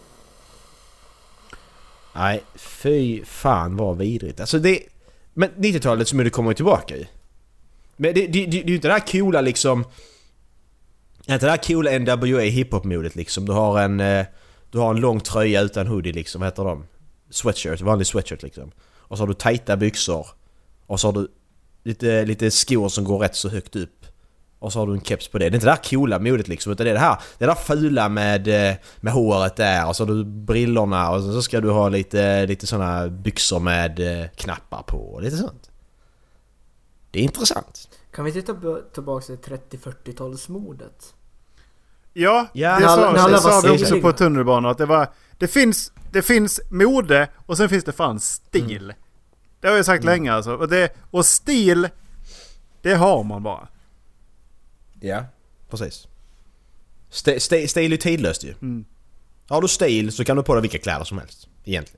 Nej, fy fan vad vidrigt. Alltså det... Men nittiotalet som det kommer tillbaka i. Men det, det, det, det är ju inte det här coola liksom... Inte det här coola N W A hiphop-modet liksom. Du har en... Du har en lång tröja utan hoodie liksom. Vad heter de? Sweatshirt, vanlig sweatshirt liksom. Och så har du tajta byxor. Och så har du lite, lite skor som går rätt så högt upp. Och så har du en keps på det. Det är inte det här coola modet liksom. Utan det är det här, det där fula med, med håret där. Och så har du brillorna. Och så ska du ha lite, lite såna byxor med knappar på. Och lite sånt. Det är intressant. Kan vi titta tillbaka till trettio-fyrtiotalsmodet? Ja, ja, det sa, alla, det sa vi också stigliga. på tunnelbanan. Att det, var, det, finns, det finns mode och sen finns det fan stil. Mm. Det har jag sagt mm. länge alltså. Och, det, och stil, det har man bara. Ja, precis. St- st- stil är tidlöst ju. Mm. Har du stil så kan du på dig vilka kläder som helst. Egentligen.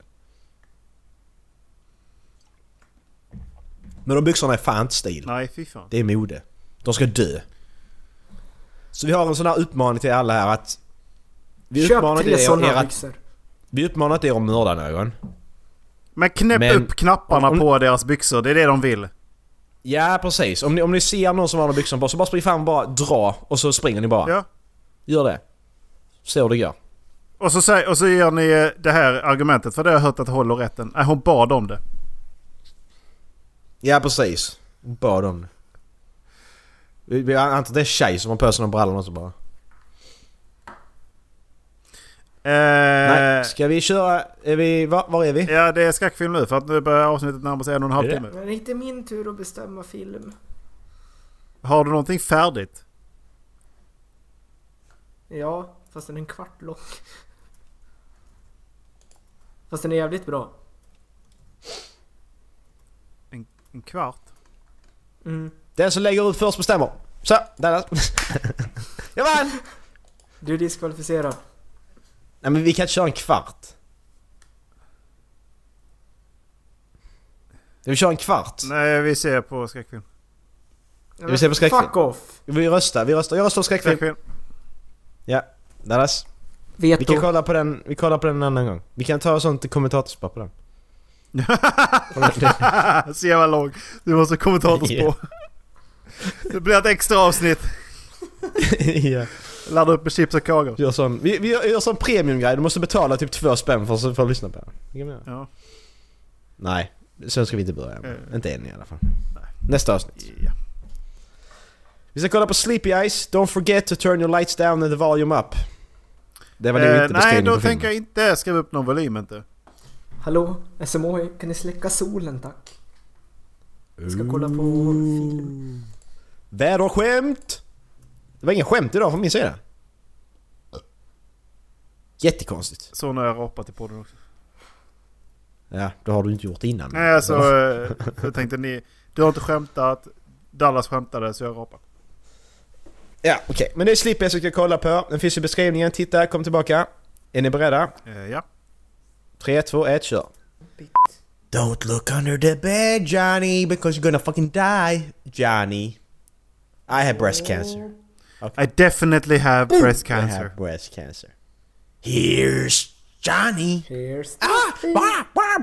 Men de byxorna är fan inte stil. Nej, fy fan. Det är mode. De ska dö. Så vi har en sån här uppmaning till alla här att... Vi Köp uppmanar tre er, sådana er byxor. att, Vi uppmanar inte er om mörda någon. Men knäpp Men, upp knapparna om, på deras byxor. Det är det de vill. Ja, precis. Om ni, om ni ser någon som har någon byxor på så bara spring fram och bara dra. Och så springer ni bara. Ja. Gör det. Se hur det går. Och så, säg, och så gör ni det här argumentet. För det har jag hört att håller rätten. Nej, hon bad om det. Ja, precis. Hon bad om det. Vi, vi antar att det är tjej som har på sig någon brallor och så bara. Eh, Nej, ska vi köra? Är vi, var, var är vi? Ja, det är skräckfilm nu för att nu börjar avsnittet närma sig en och en halv timme. Men det är inte min tur att bestämma film. Har du någonting färdigt? Ja, fast den är en kvart lång. Fast den är jävligt bra. En, en kvart? Mm. Den som lägger ut först bestämmer. Så, där. Jag vann! Du är diskvalificerad. Nej, men vi kan inte köra en kvart. Vi kör en kvart. Nej, vi ser på skräckfilm. Ja, vi ser på skräckfilm. Fuck off. Vi röstar, vi röstar. Jag röstar på skräckfilm. skräckfilm. Ja, Dallas. Veto. Vi kan kolla på den, vi kollar på den en annan gång. Vi kan ta sånt kommentatorspår på den. Se vad lång. Du måste kommentatorspår. Det blir ett extra avsnitt. Ja. Ladda upp med chips och kakor. Gör sån, vi, vi gör sån premiumgrej. Du måste betala typ två spänn för, för att lyssna på den. Ja. Nej, sen ska vi inte börja. Mm. Inte än i alla fall. Nej. Nästa avsnitt. Ja. Vi ska kolla på Sleepy Eyes. Don't forget to turn your lights down and the volume up. Det var nog eh, inte nej, då på tänker jag inte skriva upp någon volym inte. Hallå, S M H, kan ni släcka solen tack? Jag ska kolla på film. Väderskämt! Det var ingen skämt idag från min sida. Jättekonstigt. Så när jag rapat i podden också. Ja, det har du inte gjort innan. Nej, alltså eh, jag tänkte ni, du har inte skämtat. Dallas skämtade så jag rapade. Ja, okej. Okay. Men det är Sleepy Eyes jag ska kolla på. Den finns i beskrivningen. Titta, kom tillbaka. Är ni beredda? Eh, ja. tre, två, ett, kör. Don't look under the bed, Johnny, because you're gonna fucking die, Johnny. I have breast cancer. Okay. I definitely have breast cancer. I have breast cancer. Here's Johnny. Here's Ah!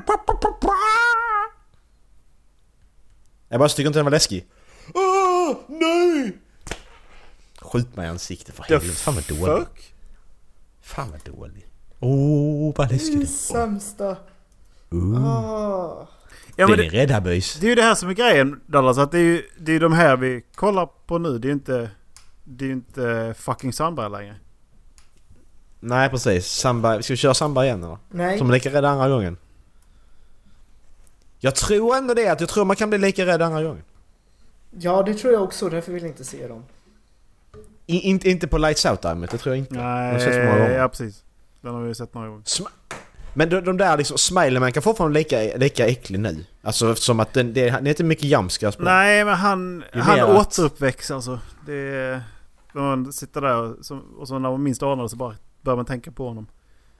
Jag bara tycker inte den var läskig. Åh, nej! Skjut mig i ansiktet för helvete. Fan vad dålig. Fuck? Fan vad dålig. Åh, oh, vad läskig det sämsta. Uh. Oh. Ja, det men är det, rädda böjs. Det är ju det här som är grejen, Dallas. Att det är ju det är de här vi kollar på nu. Det är ju inte, det är inte fucking Samba längre. Nej, precis. Samba. Ska vi köra Samba igen eller? Nej. Som lika rädd andra gången. Jag tror ändå det. Att jag tror man kan bli lika rädd andra gången. Ja, det tror jag också. Därför vill jag inte se dem. I, inte, inte på Lights Out-därmed. Det tror jag inte. Nej, ja precis. Den har vi ju sett några gånger. Sm- Men de, de där liksom, Smileman kan fortfarande lika, lika äcklig nu. Alltså eftersom att den, det, det är inte mycket jamskas på. Nej, men han, Ju han mer att- återuppväcks alltså. Det är, när man sitter där och så, och så när man minst anar det så bara börjar man tänka på honom.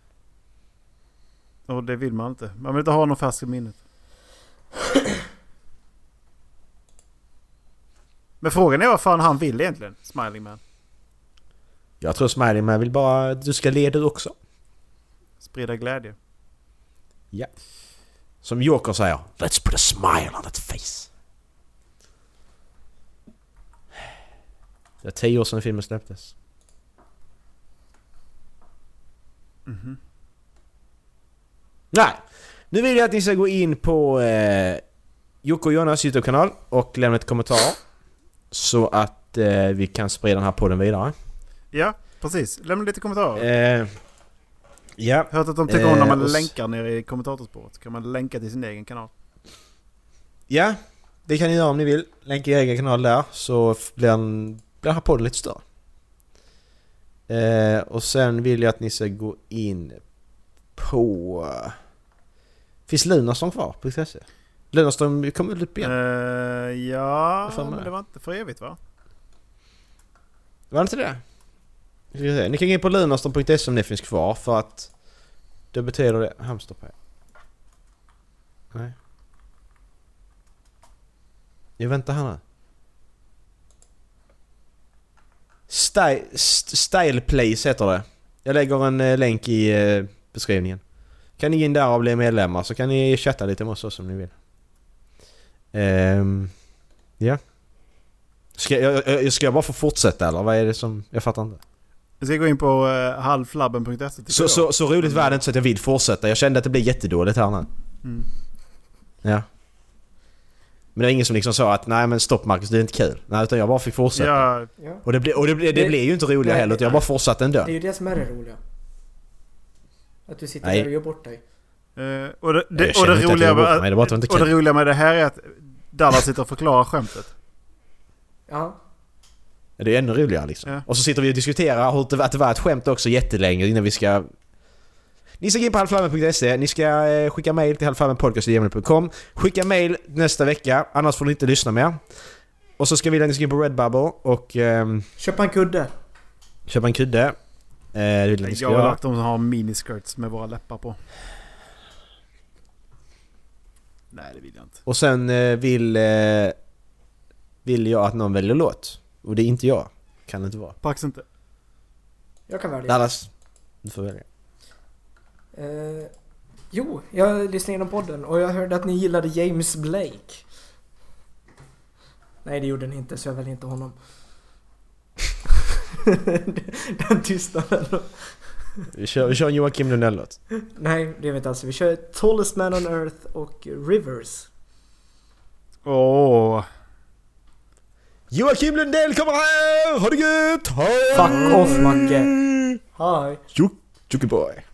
Och det vill man inte. Man vill inte ha honom fast i minnet. Men frågan är vad fan han vill egentligen, Smiling Man. Jag tror Smiling Man vill bara att du ska leda också. Sprida glädje. Ja. Som Joker säger, let's put a smile on that face. Det är tio år sedan filmen släpptes. Mhm. Nej, nu vill jag att ni ska gå in på eh, Jocke och Jonas YouTube-kanal och lämna ett kommentar så att eh, vi kan sprida den här podden vidare. Ja, precis. Lämna lite kommentarer. Eh, ja. Hört att de tycker om när man Eh, och s- länkar ner i kommentatorspåret. Kan man länka till sin egen kanal. Ja, det kan ni göra om ni vill. Länka er egen kanal där så f- blir den, blir den här podden lite större. Eh, och sen vill jag att ni ska gå in på... Finns Lunarstorm kvar på .se? Lunarstorm kommer upp igen. Uh, ja, Vad fan är men det? det var inte för evigt va? Var det inte det? Ska vi se. Ni kan gå in på lunarstorm punkt se om det finns kvar för att det betyder det... Hamsterpaj. Nej. Jag väntar här nu. Style, st- Style Place heter det. Jag lägger en eh, länk i eh, beskrivningen. Kan ni gå in där och bli medlemmar så kan ni chatta lite med oss också om ni vill. Ehm, ja. Ska jag, jag, ska jag bara få fortsätta eller vad är det som... Jag fattar inte. Jag ska gå in på uh, halvflabben punkt se. Så, så, så roligt var det inte så att jag vill fortsätta. Jag kände att det blir jättedåligt här nu. Mm. Ja. Men det är ingen som liksom sa att nej men stopp Marcus, det är inte kul. Nej, utan jag bara fick fortsätta. Ja, Ja. Och det, ble, och det, ble, det, Det- blev ju inte roligt nej, heller utan jag bara fortsatte ändå. Det är ju det som är det roliga. Att du sitter Nej. där och gör bort dig. uh, och det, Jag det, och känner det inte att roliga jag gjorde bort med, mig, det var att det var inte och det kul. roliga med det här är att Dallas sitter och förklarar skämtet. Ja. Det är ännu roligare liksom. Ja. Och så sitter vi och diskuterar hur det, att det var ett skämt också jättelänge innan vi ska... Ni ska gå in på halvflabben punkt se. Ni ska eh, skicka mail till halvflabbenpodcast punkt com. Skicka mail nästa vecka, annars får ni inte lyssna mer. Och så ska vi att ni ska in på Redbubble och ehm, Köpa en kudde. köpa en kudde. Eh, det vill jag att ni ska Jag har göra. lagt de som har miniskirts med våra läppar på. Nej, det vill jag inte. Och sen eh, vill, eh, vill jag att någon väljer låt. Och det är inte jag. Kan det inte vara. Pax inte. Jag kan välja. Dallas, du får välja. Eh, jo, jag lyssnade igenom podden och jag hörde att ni gillade James Blake. Nej, det gjorde ni inte, så jag väljer inte honom. Den tystnaden. Vi kör, vi kör en Joakim Lundell-låt. Nej, det vet jag inte. Vi kör Tallest Man on Earth och Rivers. Åh. Joakim Lundell kommer här! Ha det gött! Hej! Fuck off, Macke. Hi. Jock- Jockiboi.